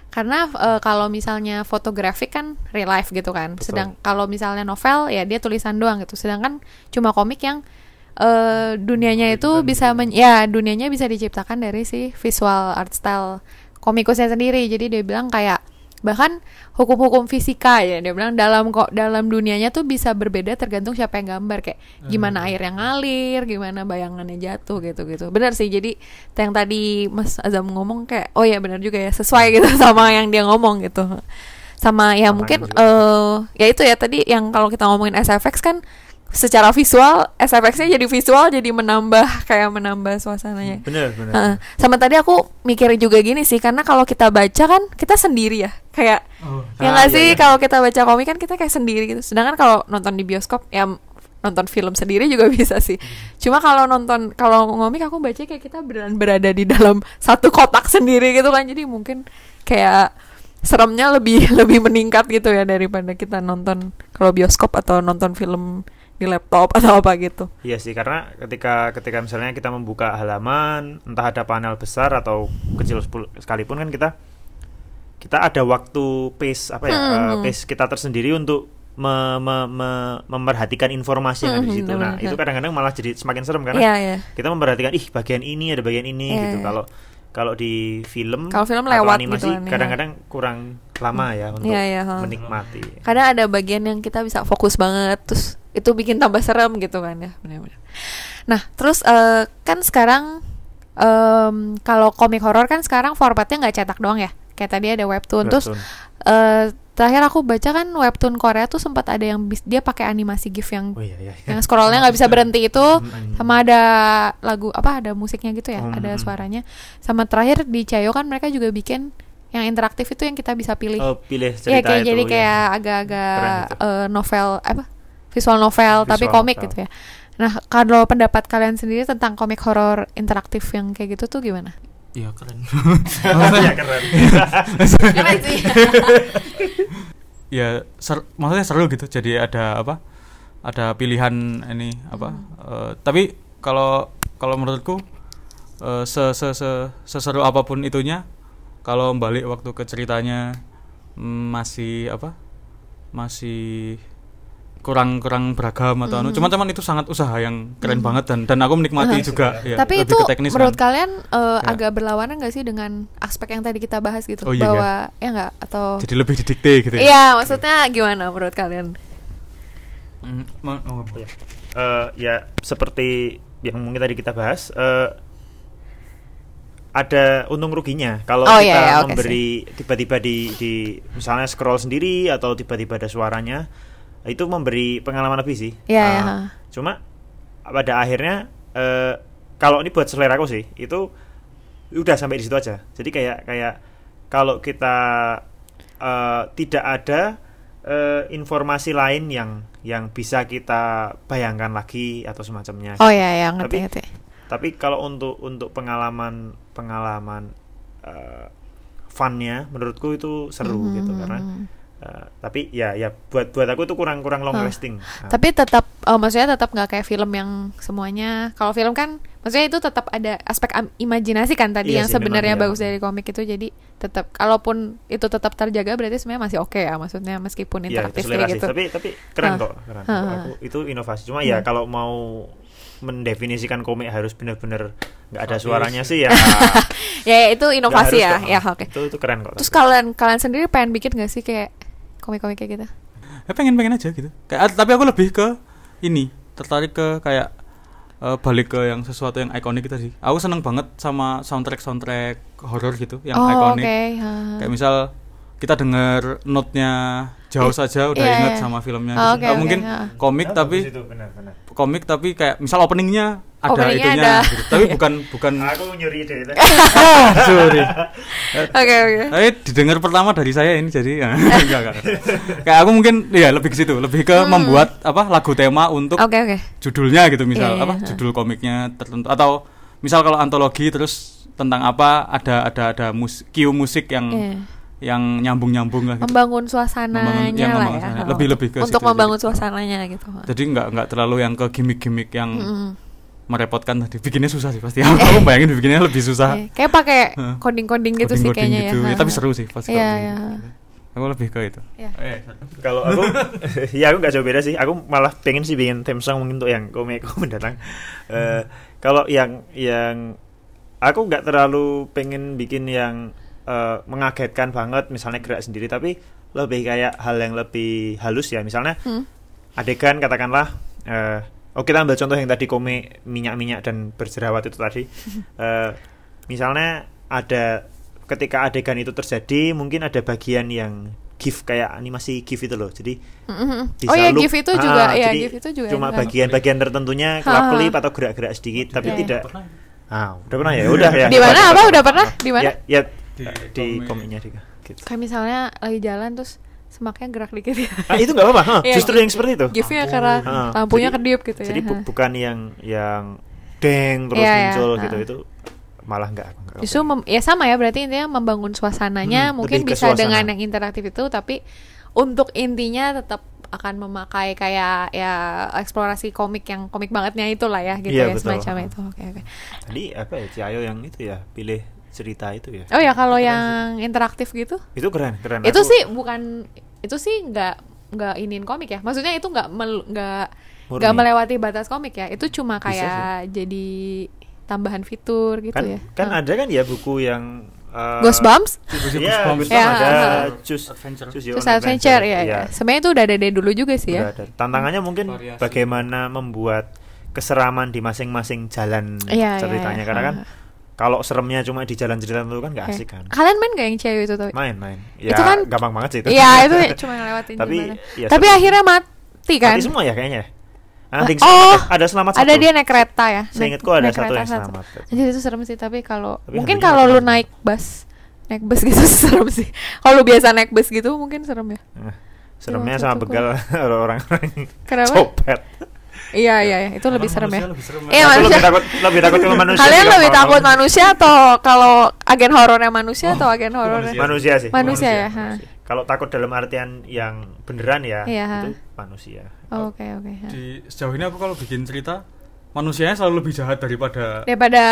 kalau misalnya fotografik kan real life gitu kan. Sedang kalau misalnya novel ya dia tulisan doang gitu. Sedangkan cuma komik yang dunianya itu dunianya bisa diciptakan dari si visual art style komikusnya sendiri. Jadi dia bilang kayak bahkan hukum-hukum fisika ya, dia bilang dalam dunianya tuh bisa berbeda tergantung siapa yang gambar, kayak gimana air yang ngalir, gimana bayangannya jatuh gitu. Benar sih, jadi yang tadi Mas Azam ngomong kayak oh ya benar juga ya, sesuai gitu sama yang dia ngomong gitu. Sama ya mungkin ya itu ya tadi yang kalau kita ngomongin SFX kan secara visual, SFX-nya jadi visual, jadi menambah suasananya. Bener. Sama tadi aku mikir juga gini sih, karena kalau kita baca kan kita sendiri ya, kayak sih. Kalau kita baca komik kan kita kayak sendiri gitu. Sedangkan kalau nonton di bioskop ya nonton film sendiri juga bisa sih. Cuma kalau komik aku baca kayak kita beneran berada di dalam satu kotak sendiri gitu kan. Jadi mungkin kayak seremnya lebih meningkat gitu ya daripada kita nonton kalau bioskop atau nonton film di laptop atau apa gitu. Iya sih, karena ketika misalnya kita membuka halaman, entah ada panel besar atau kecil sekalipun kan kita ada waktu pace pace kita tersendiri untuk memperhatikan informasi yang ada di situ. Nah, itu kadang-kadang malah jadi semakin serem karena kita memperhatikan bagian ini ada bagian ini gitu. Kalau di film lewat animasi gitu kan, kadang-kadang kurang lama ya untuk menikmati. Kadang ada bagian yang kita bisa fokus banget, terus itu bikin tambah serem gitu kan ya, benar-benar. Nah, terus kan sekarang kalau komik horor kan sekarang formatnya nggak cetak doang ya. Kayak tadi ada webtoon. Terus terakhir aku baca kan webtoon Korea tuh sempat ada yang dia pakai animasi GIF yang yang scrollnya nggak bisa berhenti itu, sama ada lagu ada musiknya gitu ya, ada suaranya. Sama terakhir di Chayo kan mereka juga bikin yang interaktif itu yang kita bisa pilih. Pilih cerita itu. Jadi kayak agak-agak novel visual novel tapi komik gitu ya. Nah, kalau pendapat kalian sendiri tentang komik horor interaktif yang kayak gitu tuh gimana? Iya keren. Keren sih. Ya maksudnya seru gitu. Jadi ada ada pilihan ini tapi kalau menurutku seseru apapun itunya, kalau balik waktu ke ceritanya masih kurang beragam atau cuman itu sangat usaha yang keren banget dan aku menikmati juga ya, tapi itu teknis, menurut kan? Kalian agak berlawanan nggak sih dengan aspek yang tadi kita bahas gitu, bahwa ya nggak, atau jadi lebih didikte gitu ya? Iya, maksudnya gimana menurut kalian? Ya seperti yang mungkin tadi kita bahas, ada untung ruginya kalau kita memberi tiba-tiba di misalnya scroll sendiri atau tiba-tiba ada suaranya, itu memberi pengalaman lebih sih. Cuma pada akhirnya kalau ini buat selera aku sih, itu udah sampai di situ aja. Jadi kayak kalau kita tidak ada informasi lain yang bisa kita bayangkan lagi atau semacamnya. Ngerti. Tapi kalau untuk pengalaman funnya menurutku itu seru gitu, karena tapi ya buat aku itu kurang long lasting. Tapi tetap maksudnya tetap nggak kayak film yang semuanya. Kalau film kan maksudnya itu tetap ada aspek imajinasi kan tadi yang sebenarnya bagus dari komik itu. Jadi tetap kalaupun itu tetap terjaga berarti sebenarnya masih oke ya, maksudnya meskipun interaktif kayak gitu. Tapi keren kok. Aku itu inovasi. Cuma ya kalau mau mendefinisikan komik harus benar-benar nggak ada suaranya sih ya. Ya itu inovasi ya. Ya oke. Itu keren kok. Terus kalian sendiri pengen bikin nggak sih kayak komik-komik kayak gitu? Ya pengen aja gitu. Tapi aku lebih ke ini, tertarik ke kayak balik ke yang sesuatu yang ikonik gitu sih. Aku seneng banget sama soundtrack horor gitu yang ikonik. Kayak misal kita denger note-nya jauh saja udah ingat sama filmnya. Mungkin komik tapi komik tapi kayak misal openingnya ada itunya gitu. Tapi bukan aku nyuri deh itu. Sorry. Oke. Didengar pertama dari saya ini jadi enggak. Kayak aku mungkin ya lebih ke situ, lebih ke membuat lagu tema untuk judulnya gitu misal judul komiknya tertentu atau misal kalau antologi terus tentang apa ada cue musik yang nyambung lah gitu. Membangun suasananya lah ya. Lebih ke untuk situ, membangun suasananya gitu. Jadi enggak terlalu yang ke gimmick-gimmick yang merepotkan tadi. Bikinnya susah sih pasti. Aku bayangin bikinnya lebih susah. Kayak pakai coding-coding gitu sih kayaknya gitu. ya. Tapi seru sih pasti. Aku lebih ke itu. Kalau aku aku nggak jauh beda sih. Aku malah pengen sih bikin theme song mungkin untuk yang komik mendatang. Kalau yang aku nggak terlalu pengen bikin yang mengagetkan banget misalnya gerak sendiri, tapi lebih kayak hal yang lebih halus ya, misalnya adegan katakanlah kita ambil contoh yang tadi komik minyak dan berjerawat itu tadi. Misalnya ada ketika adegan itu terjadi mungkin ada bagian yang GIF kayak animasi GIF itu loh, jadi bisa GIF itu juga jadi GIF itu juga cuma bagian-bagian tertentunya kelap-kelip atau gerak-gerak sedikit tapi tidak udah pernah ya udah ya di mana udah pernah di mana ya di komiknya gitu. Kayak misalnya lagi jalan terus semaknya gerak dikit ya. Itu nggak apa-apa, justru yang seperti itu. GIF-nya karena lampunya kedip gitu ya. Jadi bukan yang deng terus muncul gitu, itu malah nggak. Justru sama ya, berarti intinya membangun suasananya mungkin bisa dengan yang interaktif itu, tapi untuk intinya tetap akan memakai kayak ya eksplorasi komik yang komik bangetnya itulah ya gitu ya betul. Semacam itu. Oke. Tadi apa ya Ciayo yang itu ya pilih cerita itu ya. Oh ya kalau yang interaktif gitu? Itu keren. Itu sih bukan itu sih nggak iniin komik ya. Maksudnya itu nggak melewati batas komik ya. Itu cuma kayak jadi tambahan fitur gitu ya. Kan ada kan ya buku yang Goosebumps? Iya, Goosebumps ada Choose Adventure ya. Sebenarnya itu udah ada dari dulu juga sih ya. Tantangannya mungkin bagaimana membuat keseraman di masing-masing jalan ceritanya, karena kan kalau seremnya cuma di jalan cerita itu kan nggak asik kan. Kalian main nggak yang cewek itu tuh? Main. Ya itu kan gampang banget sih itu. Iya itu cuma ngelewatin. Tapi akhirnya mati kan? Mati semua ya kayaknya. Ada selamat satu. Ada dia naik kereta ya. Seingatku ada satu yang selamat. Jadi itu serem sih, tapi mungkin kalau lu naik bus gitu serem sih. Kalau lu biasa naik bus gitu mungkin serem ya. Seremnya sama begal orang-orang copet. Iya, itu lebih serem ya. Iya, lebih takut kalau manusia. Kalian lebih takut manusia atau kalau agen horornya manusia atau agen horornya? Manusia sih. Manusia ya. Kalau takut dalam artian yang beneran ya, itu manusia. Oke. Di sejauh ini aku kalau bikin cerita manusianya selalu lebih jahat daripada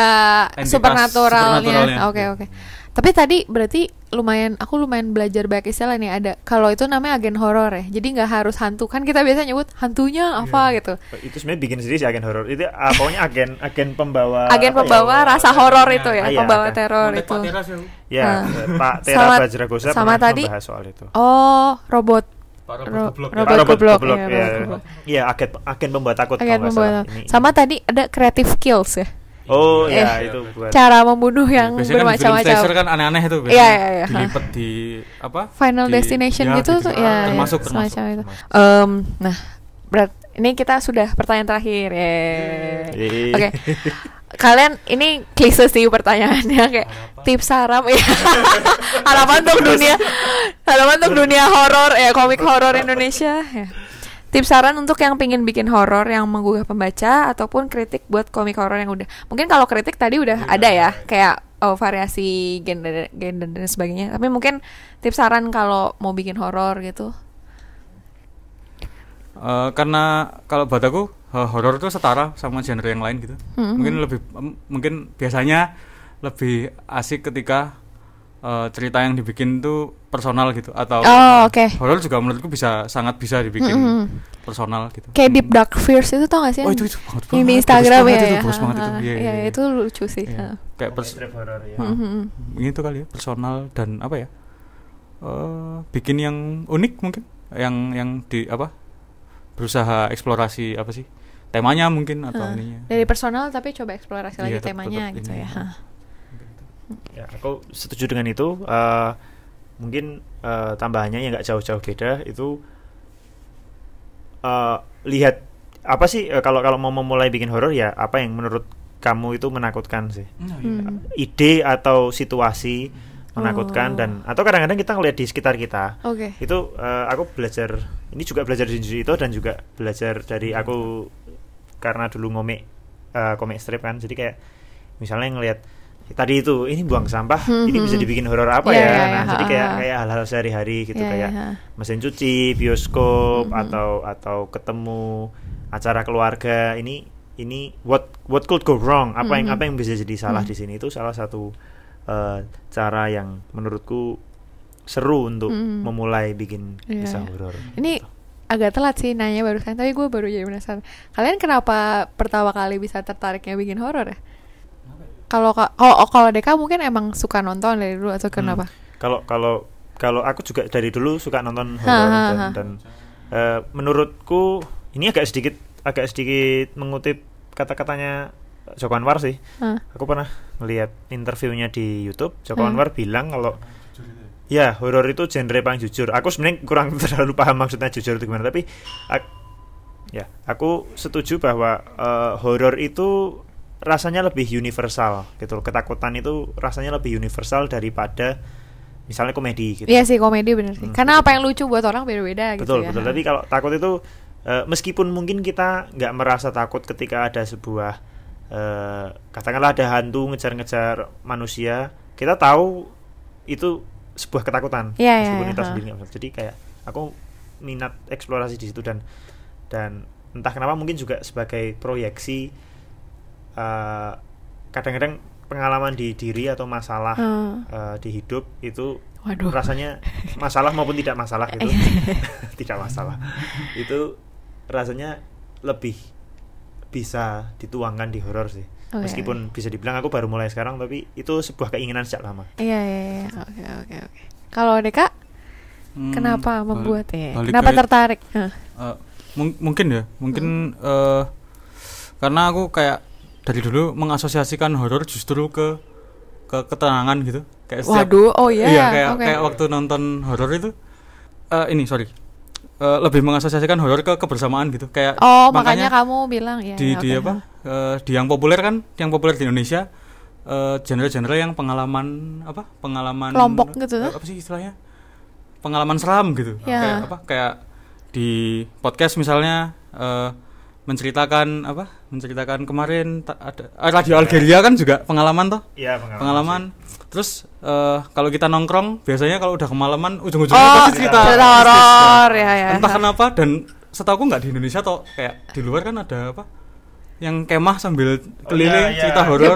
supernaturalnya. Oke. Tapi tadi berarti aku lumayan belajar banyak istilah nih. Ada kalau itu namanya agen horor ya. Jadi nggak harus hantu, kan kita biasa nyebut hantunya apa gitu. Itu sebenarnya bikin sendiri sih agen horor. Itu pokoknya agen pembawa. Agen pembawa rasa horor itu ya, pembawa teror itu. Ya, Pak Tera Bajragosa pernah membahas soal itu. Oh, robot goblok. Iya, agen pembawa takut. Sama tadi ada creative kills ya. Oh ya, itu buat cara membunuh yang bermacam-macam. Biasanya kan aneh-aneh itu biasanya. Dilipet di apa? Final Destination gitu tuh ya. Termasuk itu. Nah, ini kita sudah pertanyaan terakhir ya. Oke. Kalian ini klise sih pertanyaannya kayak tips saran ya. Harapan untuk dunia horor ya, komik horor Indonesia ya. Tips saran untuk yang pingin bikin horor yang menggugah pembaca ataupun kritik buat komik horor yang udah. Mungkin kalau kritik tadi udah ada ya, kayak variasi genre dan sebagainya. Tapi mungkin tips saran kalau mau bikin horor gitu. Karena kalau buat aku horor itu setara sama genre yang lain gitu. Mungkin biasanya lebih asik ketika cerita yang dibikin itu personal gitu, atau horor juga menurutku sangat bisa dibikin personal gitu. Kayak Deep Dark Fears itu tau gak sih? Oh itu banget yang di Instagram ya. Iya, itu lucu sih. Kayak horor ya. Gitu kali ya, personal dan apa ya? Bikin yang unik mungkin, yang di apa? Berusaha eksplorasi apa sih? Temanya mungkin atau ininya. Dari personal tapi coba eksplorasi lagi temanya gitu ya. Ya, aku setuju dengan itu. mungkin tambahannya yang nggak jauh-jauh beda itu lihat apa sih kalau mau memulai bikin horor ya apa yang menurut kamu itu menakutkan sih, ide atau situasi menakutkan dan atau kadang-kadang kita ngeliat di sekitar kita. Itu aku belajar ini juga belajar dari itu dan juga belajar dari aku karena dulu komik strip kan, jadi kayak misalnya ngelihat tadi itu ini buang sampah ini bisa dibikin horor apa ya. Jadi kayak hal-hal sehari-hari gitu kayak mesin cuci, bioskop atau ketemu acara keluarga, ini what could go wrong, apa yang bisa jadi salah di sini. Itu salah satu cara yang menurutku seru untuk memulai bikin kisah horor. Ini agak telat sih nanya barusan, tapi gue baru jadi penasaran. Kalian kenapa pertama kali bisa tertariknya bikin horor ya? Kalau Deka mungkin emang suka nonton dari dulu atau kenapa? Kalau aku juga dari dulu suka nonton horor dan menurutku ini agak sedikit mengutip kata-katanya Joko Anwar sih. Aku pernah melihat interviewnya di YouTube. Joko Anwar bilang kalau ya horor itu genre paling jujur. Aku sebenarnya kurang terlalu paham maksudnya jujur itu gimana, tapi aku setuju bahwa horor itu rasanya lebih universal gitu loh. Ketakutan itu rasanya lebih universal daripada misalnya komedi gitu. Iya sih, komedi bener sih. Karena apa yang lucu buat orang beda-beda gitu ya. Betul. Tapi kalau takut itu meskipun mungkin kita nggak merasa takut ketika ada sebuah katakanlah ada hantu ngejar-ngejar manusia, kita tahu itu sebuah ketakutan meskipun kita sendiri nggak. Jadi kayak aku minat eksplorasi di situ dan entah kenapa mungkin juga sebagai proyeksi kadang-kadang pengalaman di diri atau masalah di hidup itu rasanya masalah maupun tidak masalah gitu tidak masalah itu rasanya lebih bisa dituangkan di horor sih. Meskipun bisa dibilang aku baru mulai sekarang, tapi itu sebuah keinginan sejak lama. Iya. Oke. Kalau Deka kenapa membuatnya? Kenapa tertarik? Mungkin karena aku kayak dari dulu mengasosiasikan horor justru ke ketenangan gitu. Kayak kayak waktu nonton horor itu lebih mengasosiasikan horor ke kebersamaan gitu. Kayak makanya kamu bilang ya. Di yang populer di Indonesia genre-genre yang pengalaman kelompok gitu. Apa sih istilahnya? Pengalaman seram gitu. Kayak di podcast misalnya menceritakan kemarin ada Radio Algeria kan juga pengalaman toh. Iya, pengalaman. Terus kalau kita nongkrong biasanya kalau udah kemalaman ujung-ujungnya pasti cerita horor ya. Entah kenapa dan setahu aku nggak di Indonesia toh, kayak di luar kan ada apa yang kemah sambil keliling cerita horor.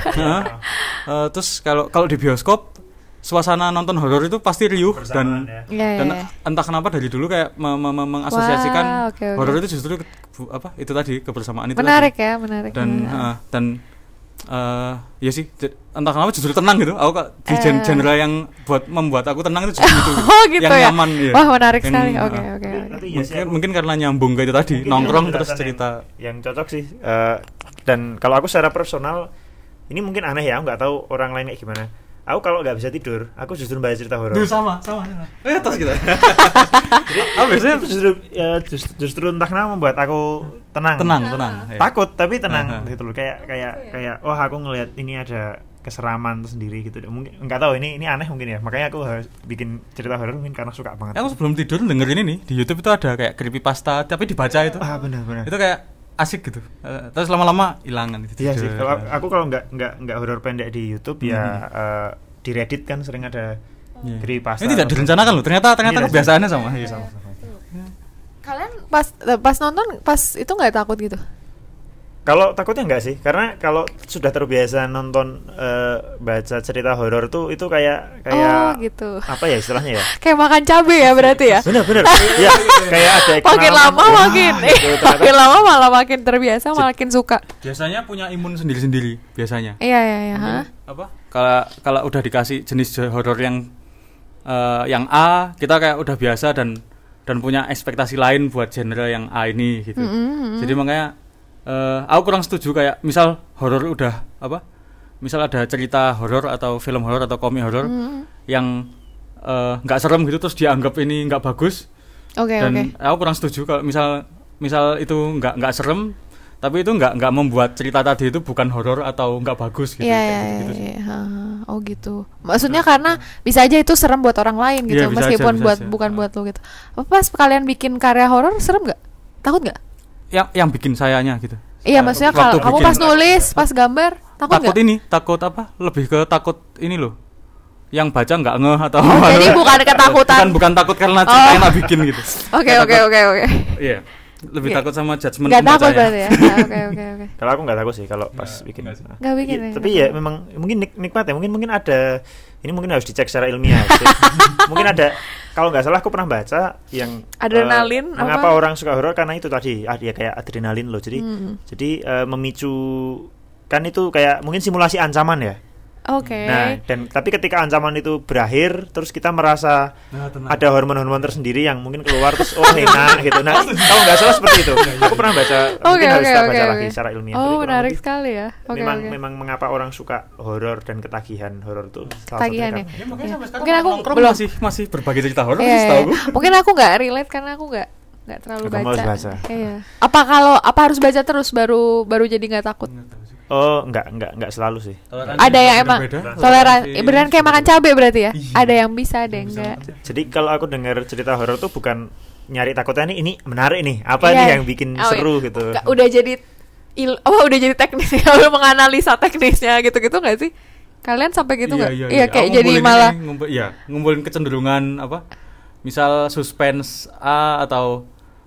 Terus kalau di bioskop suasana nonton horor itu pasti riuh dan entah kenapa dari dulu kayak mengasosiasikan horor itu justru itu tadi kebersamaan itu menarik tadi. Menarik dan ya sih entah kenapa justru tenang gitu. Aku di genre yang membuat aku tenang itu justru itu gitu yang nyaman ya. Wah, menarik sekali. Oke. Mungkin karena nyambung kayak itu tadi nongkrong terus cerita yang cocok sih. Dan kalau aku secara personal ini mungkin aneh ya, aku nggak tahu orang lain kayak gimana. Aku kalau nggak bisa tidur, aku justru baca cerita horor. Sama. Terus kita. Jadi, biasanya justru entah kenapa membuat aku tenang. Takut tapi tenang gitu loh. Kayak aku ngelihat ini ada keseraman tersendiri gitu. Mungkin nggak tahu ini aneh mungkin ya. Makanya aku harus bikin cerita horor mungkin karena suka banget. Aku sebelum tidur dengerin ini di YouTube itu ada kayak creepypasta tapi dibaca itu. Benar. Itu kayak asik gitu. Terus lama-lama hilangan gitu. Iya sih. Kalau nggak horor pendek di YouTube di Reddit kan sering ada creepypasta. Ini tidak direncanakan loh. Ternyata kebiasaannya sama. Sama. Kalian pas nonton itu nggak takut gitu? Kalau takutnya enggak sih, karena kalau sudah terbiasa nonton baca cerita horor tuh itu kayak gitu. Apa ya istilahnya ya? Kayak makan cabai ya berarti ya? Bener. Ya, kayak ada makin lama makin lama malah makin terbiasa, makin suka. Biasanya punya imun sendiri-sendiri biasanya. Iya. Kalau udah dikasih jenis horor yang A, kita kayak udah biasa dan punya ekspektasi lain buat genre yang A ini gitu. Jadi makanya aku kurang setuju kayak misal horor misal ada cerita horor atau film horor atau komik horor yang nggak serem gitu terus dianggap ini nggak bagus. Dan aku kurang setuju kalau misal itu nggak serem tapi itu nggak membuat cerita tadi itu bukan horor atau nggak bagus gitu. Iya. Oh gitu. Maksudnya karena bisa aja itu serem buat orang lain gitu, meskipun bukan buat lo gitu. Pas kalian bikin karya horor serem nggak? Takut nggak? Yang bikin sayanya gitu. Iya, maksudnya kalau kamu pas nulis, pas gambar, takut nggak? Takut apa? Lebih ke takut ini loh. Yang baca nggak ngeh atau jadi bukan ketakutan. Bukan takut karena cerita yang bikin gitu. Oke. Iya. Lebih takut sama judgement pembacanya. Gak takut berarti ya? Oke. Kalau aku nggak takut sih kalau pas bikin. Nggak bikin. Tapi ya memang mungkin nikmat ya. Mungkin ada. Ini mungkin harus dicek secara ilmiah. Mungkin ada. Kalau nggak salah aku pernah baca yang adrenalin. Mengapa orang suka horor karena itu tadi. Ya kayak adrenalin loh. Jadi memicu kan itu kayak mungkin simulasi ancaman ya. Nah, tapi ketika ancaman itu berakhir, terus kita merasa ada hormon-hormon tersendiri yang mungkin keluar terus enak gitu. Nah, kalau nggak salah seperti itu. Aku pernah baca, mungkin harus baca lagi secara ilmiah. Menarik sekali ya. Memang mengapa orang suka horor dan ketagihan horor itu. Ketagihan ya. Mungkin aku belum masih berbagi cerita horor setahu aku. Mungkin aku nggak relate karena aku nggak terlalu baca. Iya. Apa harus baca terus baru jadi nggak takut? Oh, enggak selalu sih. Ada yang emang toleransi beneran kayak makan cabai berarti ya? Ada yang bisa, ada yang enggak. Jadi kalau aku dengar cerita horor tuh bukan nyari takutnya ini menarik nih. Apa nih yang bikin seru gitu. Udah jadi teknis ya, udah menganalisa teknisnya gitu-gitu enggak sih? Kalian sampai gitu enggak? Iya, kayak jadi malah ngumpulin kecenderungan apa? Misal suspense atau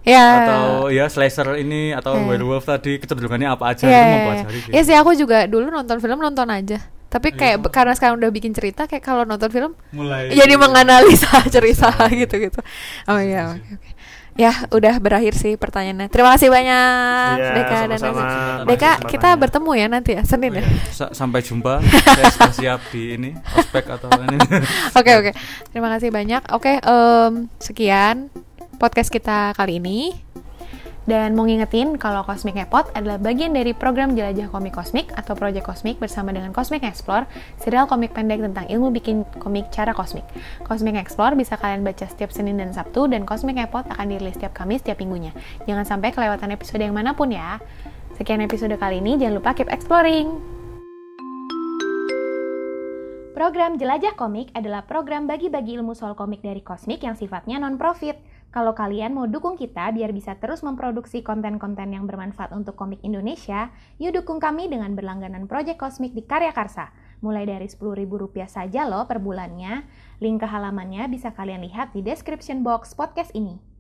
slasher ini atau werewolf tadi kecenderungannya apa aja itu mempelajari gitu. Iya sih, aku juga dulu nonton aja. Tapi kayak karena sekarang udah bikin cerita kayak kalau nonton film mulai jadi menganalisa cerita gitu. Oh iya, oke. Ya, udah berakhir sih pertanyaannya. Terima kasih banyak Deka dan Deka, kita bertemu ya nanti ya Senin ya. Sampai jumpa. Saya sudah siap di ini ospek atau ini. Oke. Terima kasih banyak. Sekian podcast kita kali ini. Dan mau ngingetin kalau Cosmic Epot adalah bagian dari program Jelajah Komik Cosmic atau Project Cosmic bersama dengan Cosmic Explore, serial komik pendek tentang ilmu bikin komik cara kosmik. Cosmic Explore bisa kalian baca setiap Senin dan Sabtu, dan Cosmic Epot akan dirilis setiap Kamis setiap minggunya. Jangan sampai kelewatan episode yang manapun ya. Sekian episode kali ini, jangan lupa keep exploring! Program Jelajah Komik adalah program bagi-bagi ilmu soal komik dari Cosmic yang sifatnya non-profit. Kalau kalian mau dukung kita biar bisa terus memproduksi konten-konten yang bermanfaat untuk komik Indonesia, yuk dukung kami dengan berlangganan Project Cosmic di Karya Karsa. Mulai dari Rp10.000 saja loh per bulannya. Link ke halamannya bisa kalian lihat di description box podcast ini.